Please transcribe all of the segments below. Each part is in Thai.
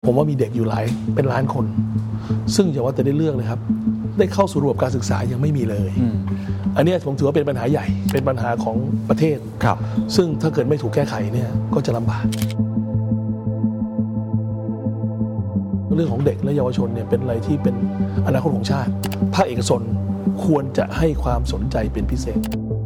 ผมว่ามีเด็กอยู่เป็นล้านคนซึ่งอย่าว่าแต่ได้เลือกเลยครับได้เข้าสู่ระบบการศึกษายังไม่มีเลยอันนี้ผมถือว่าเป็นปัญหาใหญ่เป็นปัญหาของประเทศซึ่งถ้าเกิดไม่ถูกแก้ไขเนี่ยก็จะลำบากเรื่องของเด็กและเยาวชนเนี่ยเป็นอะไรที่เป็นอนาคตของชาติภาคเอกชนควรจะให้ความสนใจเป็นพิเศษ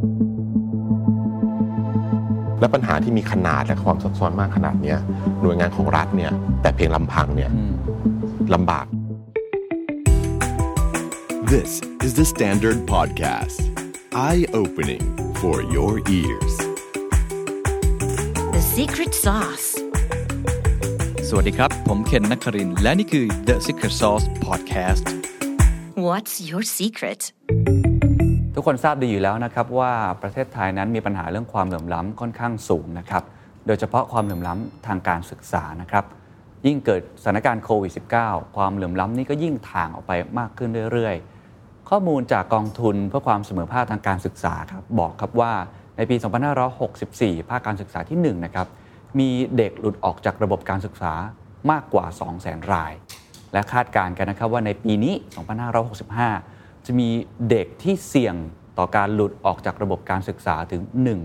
และปัญหาที่มีขนาดและความซับซ้อนมากขนาดนี้หน่วยงานของรัฐเนี่ยแต่เพียงลำพังเนี่ยลำบาก This is the Standard Podcast Eye-opening for your ears The Secret Sauce สวัสดีครับผมเคนนักครินทร์และนี่คือ The Secret Sauce Podcast What's your secret ทุกคนทราบดีอยู่แล้วนะครับว่าประเทศไทยนั้นมีปัญหาเรื่องความเหลื่อมล้ำค่อนข้างสูงนะครับโดยเฉพาะความเหลื่อมล้ำทางการศึกษานะครับยิ่งเกิดสถานการณ์โควิด -19 ความเหลื่อมล้ำนี้ก็ยิ่งถ่างออกไปมากขึ้นเรื่อยๆข้อมูลจากกองทุนเพื่อความเสมอภาคทางการศึกษาครับบอกครับว่าในปี 2564 ภาคการศึกษาที่1นะครับมีเด็กหลุดออกจากระบบการศึกษามากกว่า 200,000 รายและคาดการณ์กันนะครับว่าในปีนี้ 2565จะมีเด็กที่เสี่ยงต่อการหลุดออกจากระบบการศึกษาถึง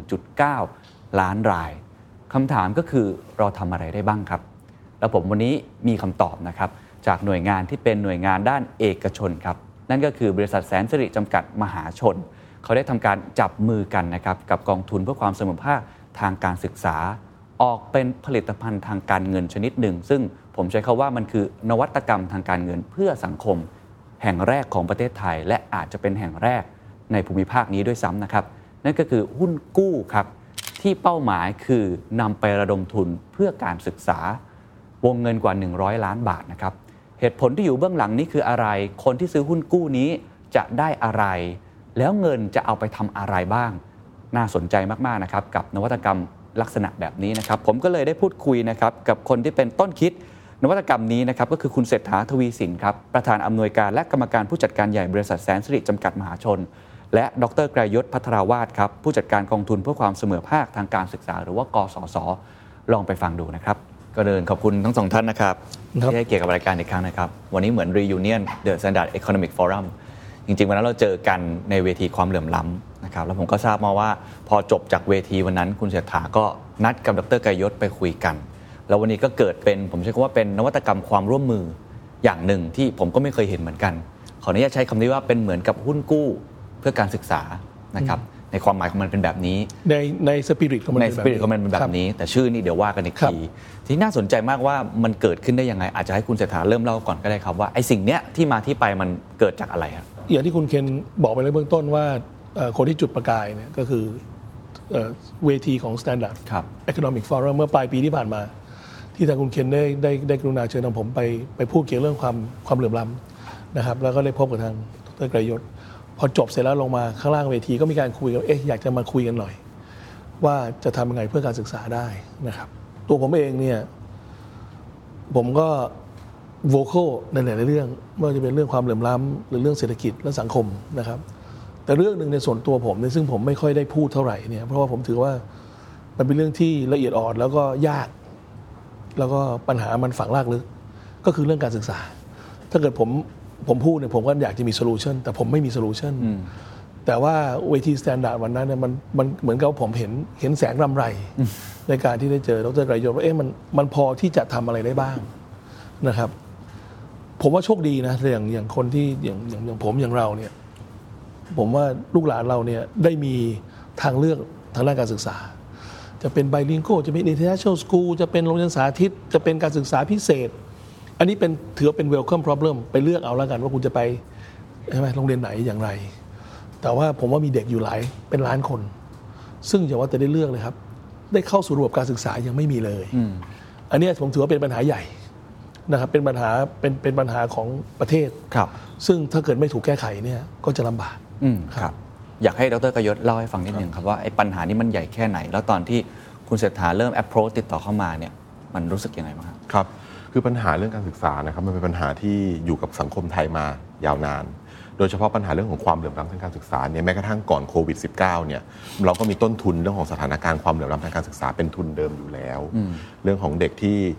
1.9 ล้านรายคำถามก็คือเราทำอะไรได้บ้างครับแล้วผมวันนี้มีคำตอบนะครับจากหน่วยงานที่เป็นหน่วยงานด้านเอกชนครับนั่นก็คือบริษัทแสนสิริจำกัดมหาชนเขาได้ทำการจับมือกันนะครับกับกองทุนเพื่อความเสมอภาคทางการศึกษาออกเป็นผลิตภัณฑ์ทางการเงินชนิดหนึ่งซึ่งผมใช้คำว่ามันคือนวัตกรรมทางการเงินเพื่อสังคมแห่งแรกของประเทศไทยและอาจจะเป็นแห่งแรกในภูมิภาคนี้ด้วยซ้ำนะครับนั่นก็คือหุ้นกู้ครับที่เป้าหมายคือนำไประดมทุนเพื่อการศึกษาวงเงินกว่า100ล้านบาทนะครับเหตุผลที่อยู่เบื้องหลังนี้คืออะไรคนที่ซื้อหุ้นกู้นี้จะได้อะไรแล้วเงินจะเอาไปทำอะไรบ้างน่าสนใจมากๆนะครับกับนวัตกรรมลักษณะแบบนี้นะครับผมก็เลยได้พูดคุยนะครับกับคนที่เป็นต้นคิดนวัตกรรมนี้นะครับก็คือคุณเศรษฐาทวีสินครับประธานอำนวยการและกรรมการผู้จัดการใหญ่บริษัทแสนสิริจำกัดมหาชนและดร.ไกรยศพัทราวาทครับผู้จัดการกองทุนเพื่อความเสมอภาคทางการศึกษาหรือว่ากสศลองไปฟังดูนะครับก็เดินขอบคุณทั้งสองท่านนะครับที่ให้เกียรติกับรายการอีกครั้งนะครับวันนี้เหมือน reunion The Standard Economic Forum จริงๆวันนั้นเราเจอกันในเวทีความเหลื่อมล้ำนะครับแล้วผมก็ทราบมาว่าพอจบจากเวทีวันนั้นคุณเศรษฐาก็นัดกับดร.ไกรยศไปคุยกันแล้ววันนี้ก็เกิดเป็นผมใช้คำว่าเป็นนวัตกรรมความร่วมมืออย่างหนึ่งที่ผมก็ไม่เคยเห็นเหมือนกันขออนุญาตใช้คำนี้ว่าเป็นเหมือนกับหุ้นกู้เพื่อการศึกษานะครับในความหมายของมันเป็นแบบนี้ในสปิริตของมันเป็นแบบนี้แต่ชื่อนี่เดี๋ยวว่ากันอีกทีที่น่าสนใจมากว่ามันเกิดขึ้นได้ยังไงอาจจะให้คุณเศรษฐาเริ่มเล่าก่อนก็ได้ครับว่าไอ้สิ่งเนี้ยที่มาที่ไปมันเกิดจากอะไรครับอย่างที่คุณเคนบอกไปในเบื้องต้นว่าคนที่จุดประกายเนี่ยก็คือเวทีของ Standard Economic Forum เมื่อปลายปีที่ผ่านมาที่ทางคุณเคนได้กรุณาเชิญผมไปพูดเกี่ยวเรื่องความเหลื่อมล้ำนะครับแล้วก็ได้พบกับทางดร.ไกรยศพอจบเสร็จแล้วลงมาข้างล่างเวทีก็มีการคุยกันอยากจะมาคุยกันหน่อยว่าจะทำยังไงเพื่อการศึกษาได้นะครับตัวผมเองเนี่ยผมก็โวคอลในหลายๆเรื่องไม่ว่าจะเป็นเรื่องความเหลื่อมล้ำหรือเรื่องเศรษฐกิจและสังคมนะครับแต่เรื่องนึงในส่วนตัวผมเนี่ยซึ่งผมไม่ค่อยได้พูดเท่าไหร่เนี่ยเพราะว่าผมถือว่ามันเป็นเรื่องที่ละเอียดอ่อนแล้วก็ยากแล้วก็ปัญหามันฝังรากลึกก็คือเรื่องการศึกษาถ้าเกิดผมพูดเนี่ยผมก็อยากจะมีโซลูชันแต่ผมไม่มีโซลูชันแต่ว่าเวทีสแตนดาร์ดวันนั้นเนี่ยมันเหมือนกับผมเห็นแสงรำไรในการที่ได้เจอดร.ไกรยศว่ามันพอที่จะทำอะไรได้บ้างนะครับผมว่าโชคดีนะอย่างคนที่อย่างผมอย่างเราเนี่ยผมว่าลูกหลานเราเนี่ยได้มีทางเลือกทางด้านการศึกษาจะเป็นไบลิงโกจะเป็น international school จะเป็นโรงเรียนสาธิตจะเป็นการศึกษาพิเศษอันนี้ถือว่าเป็น welcome problem ไปเลือกเอาแล้วกันว่าคุณจะไปใช่ไหมโรงเรียนไหนอย่างไรแต่ว่าผมว่ามีเด็กอยู่เป็นล้านคนซึ่งอย่าว่าแต่ได้เลือกเลยครับได้เข้าสู่ระบบการศึกษายังไม่มีเลยอันนี้ผมถือว่าเป็นปัญหาใหญ่นะครับเป็นปัญหาของประเทศซึ่งถ้าเกิดไม่ถูกแก้ไขเนี่ยก็จะลำบากครับอยากให้ดร.ไกรยศเล่าให้ฟังนิดนึงครับว่าไอ้ปัญหานี้มันใหญ่แค่ไหนแล้วตอนที่คุณเศรษฐาเริ่ม approach ติดต่อเข้ามาเนี่ยมันรู้สึกยังไงบ้างครับคือปัญหาเรื่องการศึกษานะครับมันเป็นปัญหาที่อยู่กับสังคมไทยมายาวนานโดยเฉพาะปัญหาเรื่องของความเหลื่อมล้ำทางการศึกษาเนี่ยแม้กระทั่งก่อนโควิด -19 เนี่ยเราก็มีต้นทุนเรื่องของสถานการณ์ความเหลื่อมล้ำทางการศึกษาเป็นทุนเดิมอยู่แล้วเรื่องของเด็กที่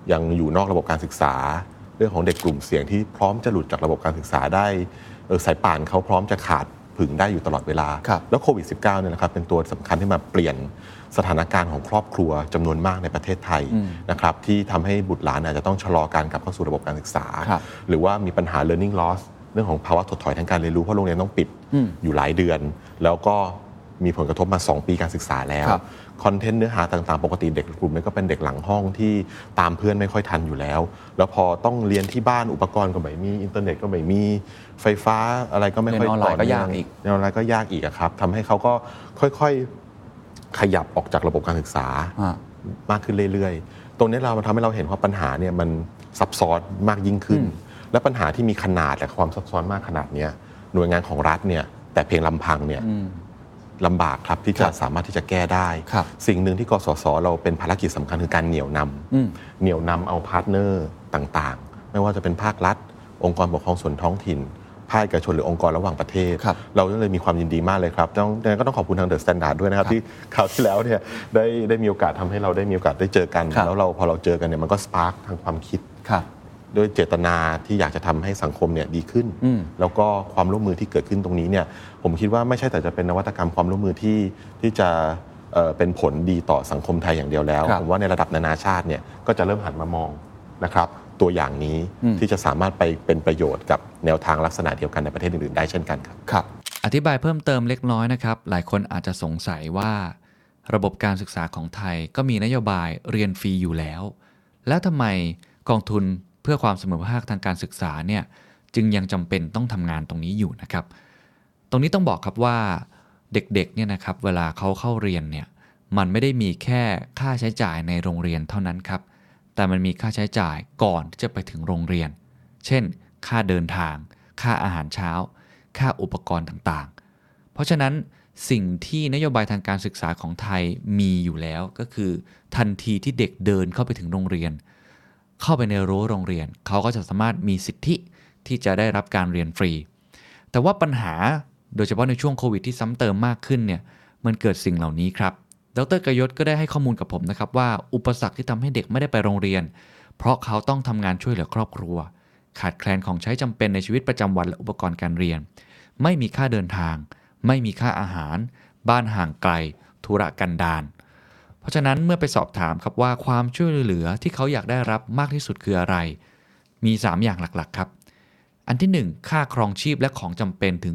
ยังอยู่นอกระบบการศึกษาเรื่องของเด็กกลุ่มเสี่ยงที่พร้อมจะหลุดจากระบบการศึกษาได้สายป่านเขาพร้อมจะขาดผึ่งได้อยู่ตลอดเวลาแล้วโควิด -19 เนี่ยนะครับเป็นตัวสำคัญที่มาเปลี่ยนสถานการณ์ของครอบครัวจำนวนมากในประเทศไทยนะครับที่ทำให้บุตรหลานอาจจะต้องชะลอการกลับเข้าสู่ระบบการศึกษาหรือว่ามีปัญหา learning loss เรื่องของภาวะถดถอยทางการเรียนรู้เพราะโรงเรียนต้องปิดอยู่หลายเดือนแล้วก็มีผลกระทบมา2ปีการศึกษาแล้วคอนเทนต์เนื้อหาต่างๆปกติเด็กกลุ่มนี้ก็เป็นเด็กหลังห้องที่ตามเพื่อนไม่ค่อยทันอยู่แล้วแล้วพอต้องเรียนที่บ้านอุปกรณ์ก็ไม่มีอินเทอร์เน็ตก็ไม่มีไฟฟ้าอะไรก็ไม่ค่อยต่อเนื่องเรียนออนไลน์ก็ยากอีกครับทำให้เขาก็ค่อยๆขยับออกจากระบบการศึกษามากขึ้นเรื่อยๆตรงนี้เราทำให้เราเห็นว่าปัญหาเนี่ยมันซับซ้อนมากยิ่งขึ้นและปัญหาที่มีขนาดและความซับซ้อนมากขนาดนี้หน่วยงานของรัฐเนี่ยแต่เพียงลำพังเนี่ยลำบากครับที่จะสามารถที่จะแก้ได้สิ่งหนึ่งที่กสศเราเป็นภารกิจสำคัญคือการเหนี่ยวนำเอาพาร์ทเนอร์ต่างๆไม่ว่าจะเป็นภาครัฐองค์กรปกครองส่วนท้องถิ่นภาคเอกชนหรือองค์กรระหว่างประเทศเราก็เลยมีความยินดีมากเลยครับก็ต้องขอบคุณทาง The Standard ด้วยนะครับที่คราวที่แล้วเนี่ยได้มีโอกาสทำให้เราได้มีโอกาสได้เจอกันแล้วพอเราเจอกันเนี่ยมันก็สปาร์คทางความคิดด้วยเจตนาที่อยากจะทำให้สังคมเนี่ยดีขึ้นแล้วก็ความร่วมมือที่เกิดขึ้นตรงนี้เนี่ยผมคิดว่าไม่ใช่แต่จะเป็นนวัตกรรมความร่วมมือที่จะเป็นผลดีต่อสังคมไทยอย่างเดียวแล้วผมว่าในระดับนานาชาติเนี่ยก็จะเริ่มหันมามองนะครับตัวอย่างนี้ที่จะสามารถไปเป็นประโยชน์กับแนวทางลักษณะเดียวกันในประเทศอื่นๆได้เช่นกันครับอธิบายเพิ่มเติมเล็กน้อยนะครับหลายคนอาจจะสงสัยว่าระบบการศึกษาของไทยก็มีนโยบายเรียนฟรีอยู่แล้วแล้วทำไมกองทุนเพื่อความเสมอภาคทางการศึกษาเนี่ยจึงยังจำเป็นต้องทำงานตรงนี้อยู่นะครับตรงนี้ต้องบอกครับว่าเด็กๆเนี่ยนะครับเวลาเขาเข้าเรียนเนี่ยมันไม่ได้มีแค่ค่าใช้จ่ายในโรงเรียนเท่านั้นครับแต่มันมีค่าใช้จ่ายก่อนที่จะไปถึงโรงเรียนเช่นค่าเดินทางค่าอาหารเช้าค่าอุปกรณ์ต่างๆเพราะฉะนั้นสิ่งที่นโยบายทางการศึกษาของไทยมีอยู่แล้วก็คือทันทีที่เด็กเดินเข้าไปถึงโรงเรียนเข้าไปในรั้วโรงเรียนเขาก็จะสามารถมีสิทธิที่จะได้รับการเรียนฟรีแต่ว่าปัญหาโดยเฉพาะในช่วงโควิดที่ซ้ำเติมมากขึ้นเนี่ยมันเกิดสิ่งเหล่านี้ครับดร.กยศก็ได้ให้ข้อมูลกับผมนะครับว่าอุปสรรคที่ทำให้เด็กไม่ได้ไปโรงเรียนเพราะเขาต้องทำงานช่วยเหลือครอบครัวขาดแคลนของใช้จำเป็นในชีวิตประจำวันและอุปกรณ์การเรียนไม่มีค่าเดินทางไม่มีค่าอาหารบ้านห่างไกลธุรกันดารเพราะฉะนั้นเมื่อไปสอบถามครับว่าความช่วยเหลือที่เขาอยากได้รับมากที่สุดคืออะไรมี3อย่างหลักๆครับอันที่1ค่าครองชีพและของจำเป็นถึง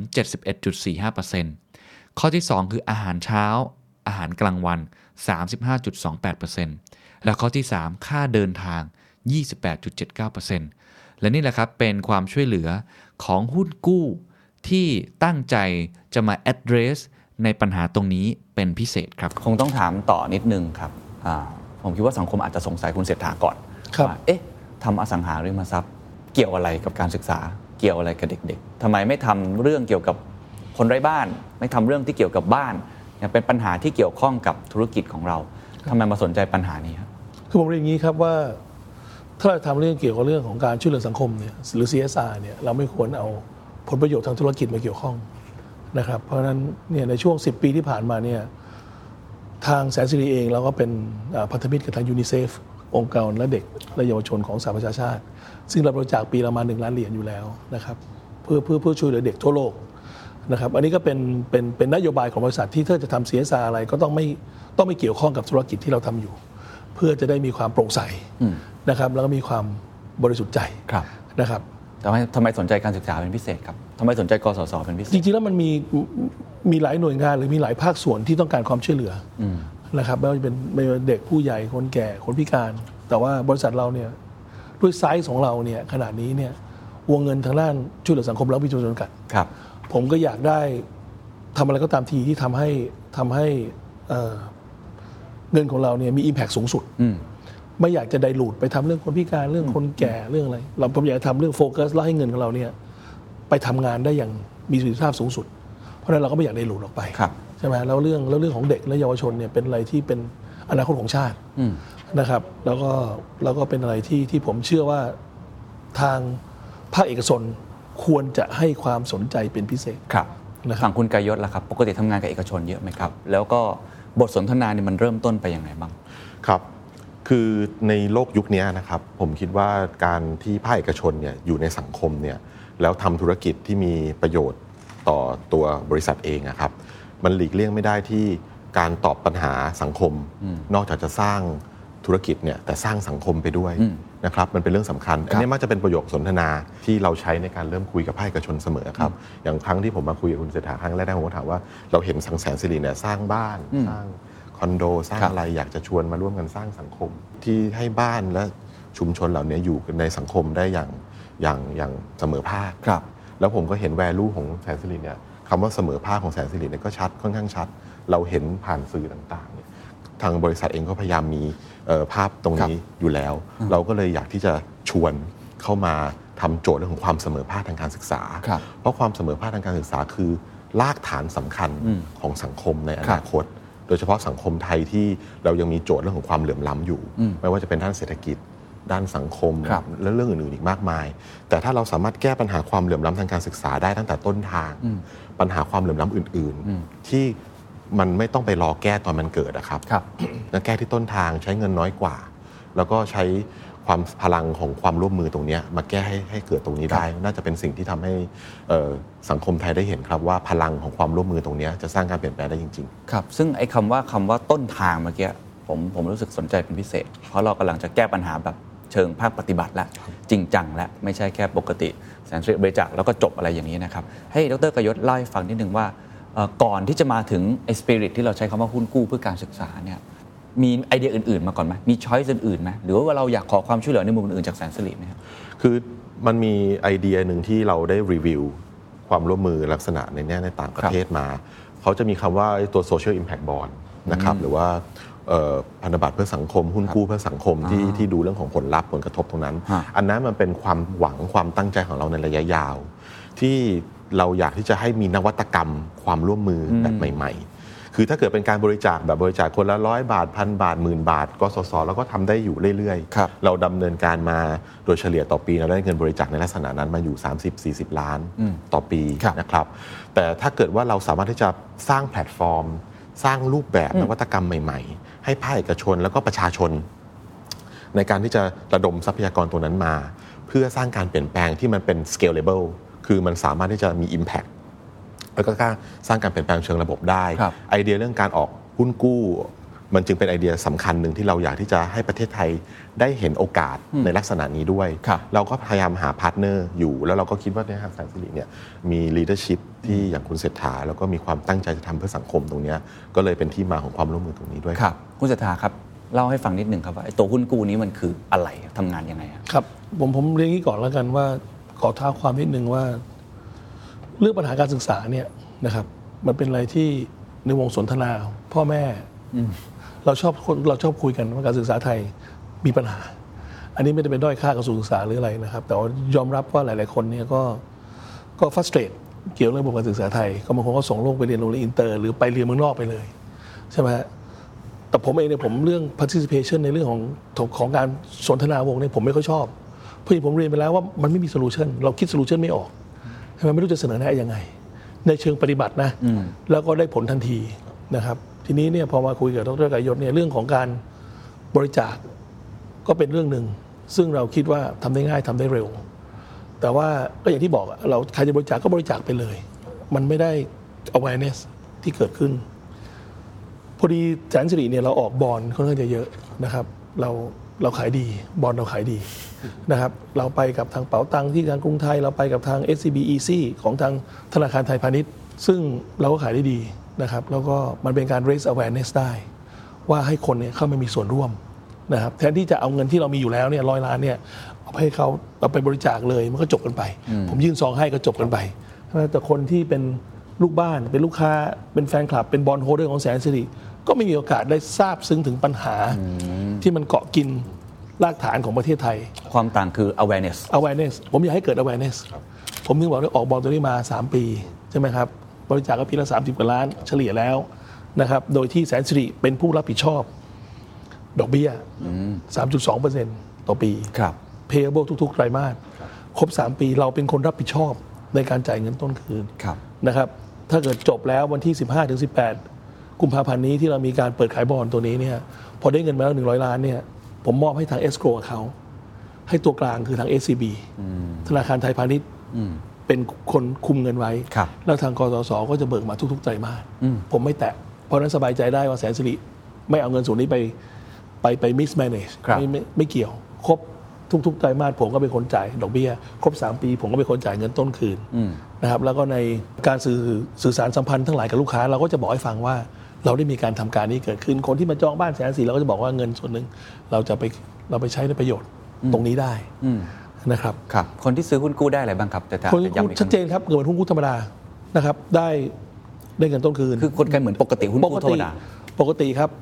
71.45% ข้อที่2คืออาหารเช้าอาหารกลางวัน 35.28% และข้อที่3ค่าเดินทาง 28.79% และนี่แหละครับเป็นความช่วยเหลือของหุ้นกู้ที่ตั้งใจจะมา address ในปัญหาตรงนี้เป็นพิเศษครับคงต้องถามต่อนิดนึงครับผมคิดว่าสังคมอาจจะสงสัยคุณเศรษฐาก่อนว่าทำอสังหาริมทรัพย์เกี่ยวอะไรกับการศึกษาเกี่ยวอะไรกับเด็กๆทำไมไม่ทำเรื่องเกี่ยวกับคนไร้บ้านไม่ทำเรื่องที่เกี่ยวกับบ้านเป็นปัญหาที่เกี่ยวข้องกับธุรกิจของเราทำไมมาสนใจปัญหานี้ครับคือผมเรียนอย่างนี้ครับว่าถ้าเราทำเรื่องเกี่ยวกับเรื่องของการช่วยเหลือสังคมเนี่ยหรือ CSR เนี่ยเราไม่ควรเอาผลประโยชน์ทางธุรกิจมาเกี่ยวข้องนะครับเพราะฉะนั้นเนี่ยในช่วง10 ปีที่ผ่านมาเนี่ยทางแสนสิริเองเราก็เป็นพันธมิตรกับทางยูนิเซฟองค์การและเด็กและเยาวชนของสหประชาชาติซึ่งเราบริจาคปีละมา1 ล้านเหรียญอยู่แล้วนะครับเพื่อช่วยเหลือเด็กทั่วโลกนะครับอันนี้ก็เป็นนโยบายของบริษัทที่ถ้าจะทำ CSR อะไรก็ต้องไม่เกี่ยวข้องกับธุรกิจที่เราทำอยู่เพื่อจะได้มีความโปร่งใสนะครับแล้วก็มีความบริสุทธิ์ใจนะครับทำไมสนใจการศึกษาเป็นพิเศษครับทำไมสนใจกสศเป็นพิเศษจริงๆแล้วมันมีหลายหน่วยงานหรือมีหลายภาคส่วนที่ต้องการความช่วยเหลือนะครับไม่ว่าจะเป็นเด็กผู้ใหญ่คนแก่คนพิการแต่ว่าบริษัทเราเนี่ยด้วยไซส์ของเราเนี่ยขนาดนี้เนี่ยวงเงินทางด้านช่วยเหลือสังคมแล้วมีจำนวนจำกัดผมก็อยากได้ทำอะไรก็ตามทีที่ทำให้เงินของเราเนี่ยมี impact สูงสุดไม่อยากจะไดลูทไปทำเรื่องคนพิการเรื่องคนแก่เรื่องอะไรผมอยากทำเรื่องโฟกัสแล้วให้เงินของเราเนี่ยไปทำงานได้อย่างมีประสิทธิภาพสูงสุดเพราะฉะนั้นเราก็ไม่อยากไดลูทออกไปใช่ไหมแล้วเรื่องของเด็กและเยาวชนเนี่ยเป็นอะไรที่เป็นอนาคตของชาตินะครับแล้วก็เป็นอะไรที่ผมเชื่อว่าทางภาคเอกชนควรจะให้ความสนใจเป็นพิเศษครับฝั่งคุณกยศล่ะครับปกติทำงานกับเอกชนเยอะไหมครับแล้วก็บทสนทนาเนี่ยมันเริ่มต้นไปอย่างไรบ้างครับคือในโลกยุคนี้นะครับผมคิดว่าการที่ภาคเอกชนเนี่ยอยู่ในสังคมเนี่ยแล้วทำธุรกิจที่มีประโยชน์ต่อตัวบริษัทเองนะครับมันหลีกเลี่ยงไม่ได้ที่การตอบปัญหาสังคมนอกจากจะสร้างธุรกิจเนี่ยแต่สร้างสังคมไปด้วยนะครับมันเป็นเรื่องสำคัญอันนี้มักจะเป็นประโยคสนทนาที่เราใช้ในการเริ่มคุยกับภาคเอกชนเสมอครับอย่างครั้งที่ผมมาคุยกับคุณเศรษฐาครั้งแรกผมก็ถามว่าเราเห็นสังแสนสิริเนี่ยสร้างบ้านสร้างคอนโดสร้างอะไรอยากจะชวนมาร่วมกันสร้างสังคมที่ให้บ้านและชุมชนเหล่านี้อยู่ในสังคมได้อย่างเสมอภาคแล้วผมก็เห็น value ของแสนสิริเนี่ยคำว่าเสมอภาคของแสนสิริเนี่ยก็ชัดค่อนข้างชัดเราเห็นผ่านสื่อต่างๆทางบริษัทเองก็พยายามมีภาพตรงนี้อยู่แล้วเราก็เลยอยากที่จะชวนเข้ามาทำโจทย์เรื่องของความเสมอภาคทางการศึกษาเพราะความเสมอภาคทางการศึกษาคือรากฐานสำคัญของสังคมในอนาคตโดยเฉพาะสังคมไทยที่เรายังมีโจทย์เรื่องของความเหลื่อมล้ำอยู่ไม่ว่าจะเป็นด้านเศรษฐกิจด้านสังคมและเรื่องอื่นๆอีกมากมายแต่ถ้าเราสามารถแก้ปัญหาความเหลื่อมล้ำทางการศึกษาได้ตั้งแต่ต้นทางปัญหาความเหลื่อมล้ำอื่นๆที่มันไม่ต้องไปรอแก้ตอนมันเกิดนะครับแล้วแก้ที่ต้นทางใช้เงินน้อยกว่าแล้วก็ใช้ความพลังของความร่วมมือตรงนี้มาแก้ให้เกิดตรงนี้ได้น่าจะเป็นสิ่งที่ทำให้สังคมไทยได้เห็นครับว่าพลังของความร่วมมือตรงนี้จะสร้างการเปลี่ยนแปลงได้จริงๆครับซึ่งไอ้คำว่าต้นทางเมื่อกี้ผมรู้สึกสนใจเป็นพิเศษเพราะเรากำลังจะแก้ปัญหาแบบเชิงภาคปฏิบัติและจริงจังและไม่ใช่แค่ปกติแสนสิริบริจาคแล้วก็จบอะไรอย่างนี้นะครับให้ดร.กยศเล่าให้ฟังนิดนึงว่าก่อนที่จะมาถึงไอ้สปิริตที่เราใช้คำว่าหุ้นกู้เพื่อการศึกษาเนี่ยมีไอเดียอื่นๆมาก่อนไหมมีช้อยส์อื่นๆไหมหรือว่าเราอยากขอความช่วยเหลือในมุมอื่นจากแสนสิริไหมครับคือมันมีไอเดียหนึ่งที่เราได้รีวิวความร่วมมือลักษณะในต่างประเทศมาเขาจะมีคำว่าตัว social impact bond นะครับหรือว่าพันธบัตรเพื่อสังคมหุ้นกู้เพื่อสังคมที่ดูเรื่องของผลลัพธ์ผลกระทบตรงนั้นอันนั้นมันเป็นความหวังความตั้งใจของเราในระยะยาวที่เราอยากที่จะให้มีนวัตกรรมความร่วมมือแบบใหม่ๆคือถ้าเกิดเป็นการบริจาคแบบบริจาคคนละ100 บาท 1,000 บาท 10,000 บาทกสศแล้วก็ทำได้อยู่เรื่อยๆเราดำเนินการมาโดยเฉลี่ยต่อปีเราได้เงินบริจาคในลักษณะนั้นมาอยู่ 30-40 ล้านต่อปีนะครับแต่ถ้าเกิดว่าเราสามารถที่จะสร้างแพลตฟอร์มสร้างรูปแบบนวัตกรรมใหม่ๆให้ภาคเอกชนแล้วก็ประชาชนในการที่จะระดมทรัพยากรตัวนั้นมาเพื่อสร้างการเปลี่ยนแปลงที่มันเป็น scalable คือมันสามารถที่จะมี impact แล้วก็สร้างการเปลี่ยนแปลงเชิงระบบได้ไอเดียเรื่องการออกหุ้นกู้มันจึงเป็นไอเดียสำคัญหนึ่งที่เราอยากที่จะให้ประเทศไทยได้เห็นโอกาสในลักษณะนี้ด้วยเราก็พยายามหาพาร์ทเนอร์อยู่แล้วเราก็คิดว่าในทางแสนสิริเนี่ยมี leadership ที่อย่างคุณเศรษฐาแล้วก็มีความตั้งใจจะทำเพื่อสังคมตรงนี้ก็เลยเป็นที่มาของความร่วมมือตรงนี้ด้วยครับคุณเศรษฐาครับเล่าให้ฟังนิดนึงครับว่าตัวหุ้นกู้นี้มันคืออะไรทำงานยังไงครับผมเรียนนี้ก่อนแล้วกันว่าขอท้าความนิดนึงว่าเรื่องปัญหาการศึกษาเนี่ยนะครับมันเป็นอะไรที่ในวงสนทนาพ่อแม่เราชอบคุยกันว่าการศึกษาไทยมีปัญหาอันนี้ไม่ได้เป็นด้อยค่ากระทรวงศึกษาหรืออะไรนะครับแต่ว่ายอมรับว่าหลายๆคนเนี่ยก็ฟรัสเตรทเกี่ยวกับเรื่องการศึกษาไทยก็บางคนก็ส่งลูกไปเรียนโรงเรียนอินเตอร์หรือไปเรียนเมืองนอกไปเลยใช่ไหมแต่ผมเองเนี่ยผมเรื่อง participation ในเรื่องของการสนทนาวงเนี่ยผมไม่ค่อยชอบเพราะผมเรียนไปแล้วว่ามันไม่มีโซลูชันเราคิดโซลูชันไม่ออกทำไมไม่รู้จะเสนอแนะยังไงในเชิงปฏิบัตินะแล้วก็ได้ผลทันทีนะครับทีนี้เนี่ยพอมาคุยกับดร.กยศเนี่ยเรื่องของการบริจาคก็เป็นเรื่องหนึ่งซึ่งเราคิดว่าทำได้ง่ายทำได้เร็วแต่ว่าก็อย่างที่บอกเราใครจะบริจาคก็บริจาคไปเลยมันไม่ได้ awareness ที่เกิดขึ้นพอดีแสนสิริเนี่ยเราออกบอนด์ค่อนข้างจะเยอะนะครับเราขายดีบอนด์เราขายดีนะครับเราไปกับทางเป๋าตังที่ทางกรุงไทยเราไปกับทาง SCB Easy ของทางธนาคารไทยพาณิชย์ซึ่งเราก็ขายได้ดีนะครับแล้วก็มันเป็นการ raise awareness ได้ว่าให้คนเนี่ยเข้ามามีส่วนร่วมนะครับแทนที่จะเอาเงินที่เรามีอยู่แล้วเนี่ย100 ล้านเนี่ยเอาให้เขาเอาไปบริจาคเลยมันก็จบกันไปผมยื่นซองให้ก็จบกันไปแต่คนที่เป็นลูกบ้านเป็นลูกค้าเป็นแฟนคลับเป็นบอนด์โฮลเดอร์ของแสนสิริก็ไม่มีโอกาสได้ทราบซึ้งถึงปัญหาที่มันเกาะกินรากฐานของประเทศไทยความต่างคือ awareness ผมอยากให้เกิด awareness ผมถึงบอกว่าออกบอลตัวนี้มา3 ปีใช่ไหมครับบริจาคก็ปีละ30 กว่าล้านเฉลี่ยแล้วนะครับโดยที่แสนสิริเป็นผู้รับผิดชอบดอกเบี้ย 3.2% ต่อปี payable ทุกๆไตรมาสครบ3 ปีเราเป็นคนรับผิดชอบในการจ่ายเงินต้นคืนนะครับถ้าเกิดจบแล้ววันที่ 15-18 กุมภาพันธ์นี้ที่เรามีการเปิดขายบอนด์ตัวนี้เนี่ยพอได้เงินมาแล้ว100 ล้านเนี่ยผมมอบให้ทาง escrow เขาให้ตัวกลางคือทาง SCB ธนาคารไทยพาณิชย์เป็นคนคุมเงินไว้แล้วทางกสศก็จะเบิกมาทุกๆไตรมาสผมไม่แตะเพราะนั้นสบายใจได้ว่าแสนสิริไม่เอาเงินส่วนนี้ไป mismanage ไม่เกี่ยวครบทุกๆไตรมาสผมก็เป็นคนจ่ายดอกเบี้ยครบ3ปีผมก็เป็นคนจ่ายเงินต้นคืนนะครับแล้วก็ในการสื่อสารสัมพันธ์ทั้งหลายกับลูกค้าเราก็จะบอกให้ฟังว่าเราได้มีการทำการนี้เกิดขึ้นคนที่มาจองบ้านแสนสี่เราก็จะบอกว่าเงินส่วนหนึ่งเราไปใช้ในประโยชน์ตรงนี้ได้นะครับครับคนที่ซื้อหุ้นกู้ได้อะไรบ้างครับแต่คนกู้ชัดเจนครับเงินหุ้นกู้ธรรมดานะครับได้เงินต้นคืนคือคนกันเหมือนปกติหุ้นกู้ธรรมดาปกติครับ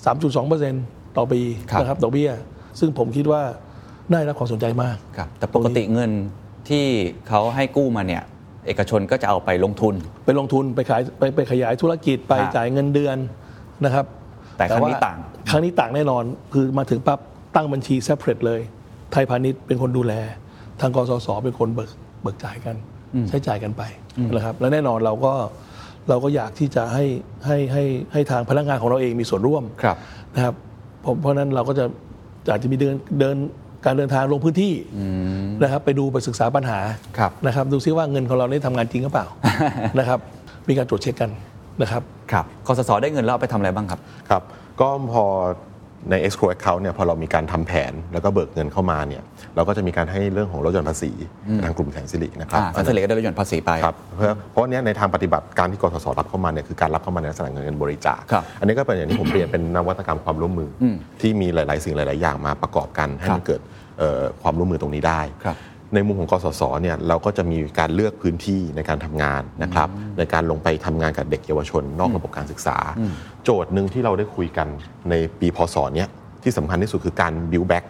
3.2% ต่อปีนะครับดอกเบี้ยซึ่งผมคิดว่าได้รับความสนใจมากครับแต่ปกติเงินที่เขาให้กู้มาเนี่ยเอกชนก็จะเอาไปลงทุนไปขายไปขยายธุรกิจไปจ่ายเงินเดือนนะครับแต่ครั้งนี้ต่างแน่นอนคือมาถึงปั๊บตั้งบัญชี separate เลยไทยพาณิชย์เป็นคนดูแลทางกสศเป็นคนเบิกจ่ายกันใช้จ่ายกันไปนะครับและแน่นอนเราก็อยากที่จะให้ทางพนักงานของเราเองมีส่วนร่วมนะครับเพราะนั้นเราก็จะอาจจะมีการเดินทางลงพื้นที่นะครับไปดูไปศึกษาปัญหานะครับดูซิว่าเงินของเราได้ทำงานจริงหรือเปล่า นะครับมีการตรวจเช็คกันนะครับครับกสศได้เงินแล้วเอาไปทำอะไรบ้างครับครับก็พอใน escrow account เนี่ยพอเรามีการทำแผนแล้วก็เบิกเงินเข้ามาเนี่ยเราก็จะมีการให้เรื่องของลดหย่อนภาษีทางกลุ่มแสนสิรินะครับแสนสิริก็ได้ลดหย่อนภาษีไปครับเพราะเนี้ยในทางปฏิบัติการที่กสศรับเข้ามาเนี่ยคือการรับเข้ามาในลักษณะเงินบริจาคอันนี้ก็เป็นอย่างที่ผมเรียนเป็นนวัตกรรมความร่วมมือที่มีหลายๆสิ่งหลายๆอย่างมาประกอบกันให้มันเกิดความร่วมมือตรงนี้ได้ในมุมของกสศเนี่ยเราก็จะมีการเลือกพื้นที่ในการทำงานนะครับในการลงไปทำงานกับเด็กเยาวชนนอกระบบการศึกษาโจทย์นึงที่เราได้คุยกันในปีพ.ศ. เนี้ยที่สำคัญที่สุดคือการ build back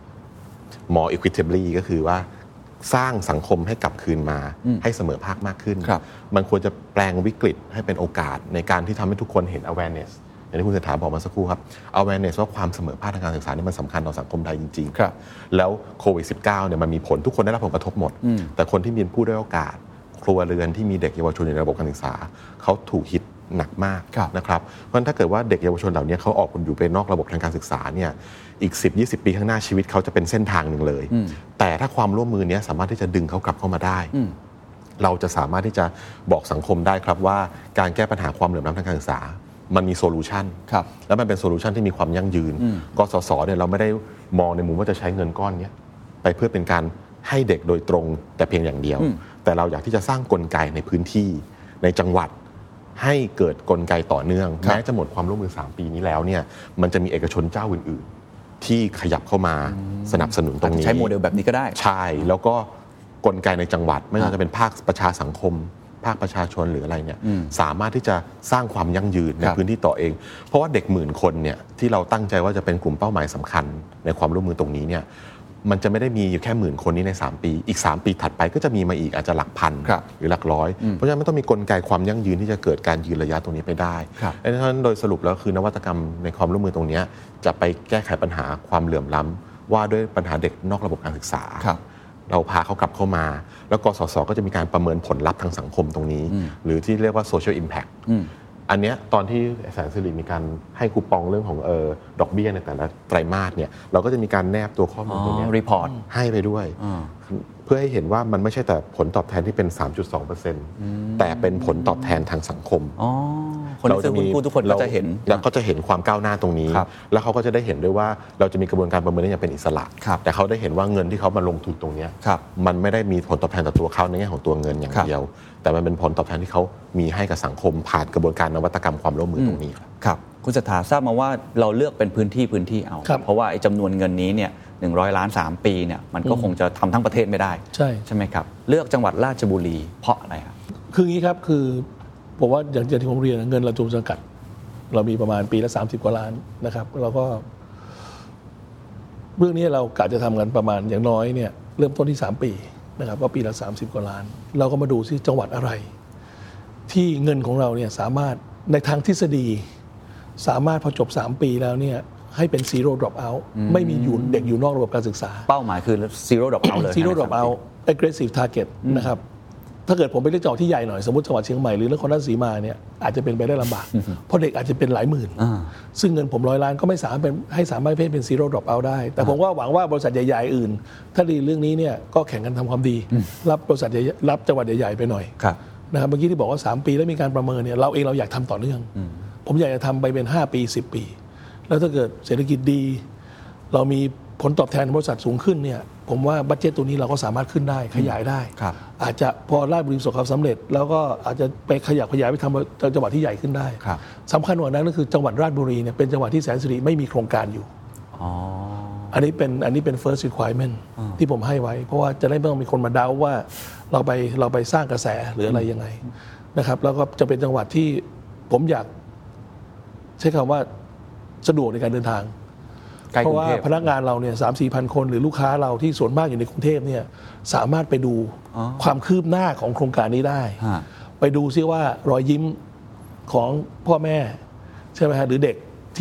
more equitably ก็คือว่าสร้างสังคมให้กลับคืนมาให้เสมอภาคมากขึ้นมันควรจะแปลงวิกฤตให้เป็นโอกาสในการที่ทำให้ทุกคนเห็น awareness อย่างที่คุณเศรษฐาบอกมาสักครู่ครับ awareness ว่าความเสมอภาคทางการศึกษานี่มันสำคัญต่อสังคมไทยจริงๆแล้วโควิด -19 เนี่ยมันมีผลทุกคนได้รับผลกระทบหมดแต่คนที่มีผู้ได้โอกาสครัวเรือนที่มีเด็กเยาวชนในระบบการศึกษาเขาถูกฮิตหนักมากนะครับเพราะฉะนั้นถ้าเกิดว่าเด็กเยาวชนเหล่านี้เขาออกอยู่ไปนอกระบบทางการศึกษาเนี่ยอีก 10-20 ปีข้างหน้าชีวิตเขาจะเป็นเส้นทางหนึ่งเลยแต่ถ้าความร่วมมือนี้สามารถที่จะดึงเขากลับเข้ามาได้เราจะสามารถที่จะบอกสังคมได้ครับว่าการแก้ปัญหาความเหลื่อมล้ำทางการศึกษามันมีโซลูชันแล้วมันเป็นโซลูชันที่มีความยั่งยืนกสศเนี่ยเราไม่ได้มองในมุมว่าจะใช้เงินก้อนนี้ไปเพื่อเป็นการให้เด็กโดยตรงแต่เพียงอย่างเดียวแต่เราอยากที่จะสร้างกลไกในพื้นที่ในจังหวัดให้เกิดกลไกต่อเนื่องแม้จะหมดความร่วมมือ3ปีนี้แล้วเนี่ยมันจะมีเอกชนเจ้าอื่นๆที่ขยับเข้ามาสนับสนุนตรงนี้ใช้โมเดลแบบนี้ก็ได้ใช่แล้วก็กลไกในจังหวัดไม่ว่าจะเป็นภาคประชาสังคมภาคประชาชนหรืออะไรเนี่ยสามารถที่จะสร้างความยั่งยืนในพื้นที่ต่อเองเพราะว่าเด็ก10,000 คนเนี่ยที่เราตั้งใจว่าจะเป็นกลุ่มเป้าหมายสำคัญในความร่วมมือตรงนี้เนี่ยมันจะไม่ได้มีอยู่แค่10,000 คนนี้ใน3ปีอีก3ปีถัดไปก็จะมีมาอีกอาจจะหลักพันหรือหลักร้อยเพราะฉะนั้นมันต้องมีกลไกความยั่งยืนที่จะเกิดการยืนระยะตรงนี้ไปได้ดังนั้นโดยสรุปแล้วคือนวัตกรรมในความร่วมมือตรงนี้จะไปแก้ไขปัญหาความเหลื่อมล้ำว่าด้วยปัญหาเด็กนอกระบบการศึกษาเราพาเขากลับเข้ามาแล้วกสศก็จะมีการประเมินผลลัพธ์ทางสังคมตรงนี้หรือที่เรียกว่า social impact อันเนี้ยตอนที่แสนสิริมีการให้คูปองเรื่องของดอกเบี้ยในแต่ละไตรมาสเนี่ยเราก็จะมีการแนบตัวข้อมูลตรงนี้รีพอร์ตให้ไปด้วยเพื่อให้เห็นว่ามันไม่ใช่แต่ผลตอบแทนที่เป็น 3.2% แต่เป็นผลตอบแทนทางสังคมคนที่ซื้อหุ้นกู้ทุกคนก็จะเห็นแล้วก็จะเห็นความก้าวหน้าตรงนี้แล้วเขาก็จะได้เห็นด้วยว่าเราจะมีกระบวนการประเมินอย่างเป็นอิสระแต่เขาได้เห็นว่าเงินที่เขามาลงทุนตรงนี้มันไม่ได้มีผลตอบแทนต่อตัวเขาในแง่ของตัวเงินอย่างเดียวแต่มันเป็นผลตอบแทนที่เขามีให้กับสังคมผ่านกระบวนการนวัตกรรมความร่วมมือตรงนี้ครับคุณเศรษฐาทราบมาว่าเราเลือกเป็นพื้นที่เอาเพราะว่าไอ้จำนวนเงินนี้เนี่ย100 ล้าน3ปีเนี่ยมันก็คงจะทำทั้งประเทศไม่ได้ใช่ไหมครับเลือกจังหวัดราชบุรีเพราะอะไรครับคืออย่างนี้ครับคือผมว่าอย่างที่ผมเรียนเงินเราจำกัดเรามีประมาณปีละ30 กว่าล้านนะครับเราก็เรื่องนี้เรากะจะทำกันประมาณอย่างน้อยเนี่ยเริ่มต้นที่3ปีนะครับก็ปีละ30 กว่าล้านเราก็มาดูซิจังหวัดอะไรที่เงินของเราเนี่ยสามารถในทางทฤษฎีสามารถพอจบ3ปีแล้วเนี่ยให้เป็น zero drop out ไม่มีเด็กอยู่นอกระบบการศึกษาเป้าหมายคือ zero drop out เลย zero drop out aggressive target นะครับถ้าเกิดผมไปเลือกจังหวัดที่ใหญ่หน่อยสมมติจังหวัดเชียงใหม่หรือนครราชสีมาเนี่ยอาจจะเป็นไปได้ลำบากเพราะเด็กอาจจะเป็นหลายหมื่นซึ่งเงินผม100 ล้านก็ไม่สามารถเป็น zero drop out ได้แต่ผมว่าหวังว่าบริษัทใหญ่ๆอื่นถ้าดีเรื่องนี้เนี่ยก็แข่งกันทำความดีรับบริษัทรับจังหวัดใหญ่ๆไปหน่อยนะครับเมื่อกี้ที่บอกว่า3 ปีแล้วมีการประเมินเนี่ยเราเองเราอยากทำต่อเนื่องผมอยากจะทำไปเป็น5 ปี10 ปีแล้วถ้าเกิดเศรษฐกิจดีเรามีผลตอบแทนของบริษัทสูงขึ้นเนี่ยผมว่าบัดเจ็ตตัวนี้เราก็สามารถขึ้นได้ขยายได้อาจจะพอราชบุรีประสบความสำเร็จแล้วก็อาจจะไปขยายไปทำจังหวัดที่ใหญ่ขึ้นได้สำคัญกว่านั้นก็คือจังหวัดราชบุรีเนี่ยเป็นจังหวัดที่แสนสิริไม่มีโครงการอยู่อันนี้เป็น first requirement ที่ผมให้ไว้เพราะว่าจะได้ไม่ต้องมีคนมาเดาว่าเราไปสร้างกระแสหรืออะไรยังไงนะครับแล้วก็จะเป็นจังหวัดที่ผมอยากใช้คำว่าสะดวกในการเดินทางเพราะว่าพนักงานเราเนี่ย 3-4 พันคนหรือลูกค้าเราที่ส่วนมากอยู่ในกรุงเทพเนี่ยสามารถไปดูความคืบหน้าของโครงการนี้ได้ไปดูซิว่ารอยยิ้มของพ่อแม่ใช่ไหมฮะหรือเด็ก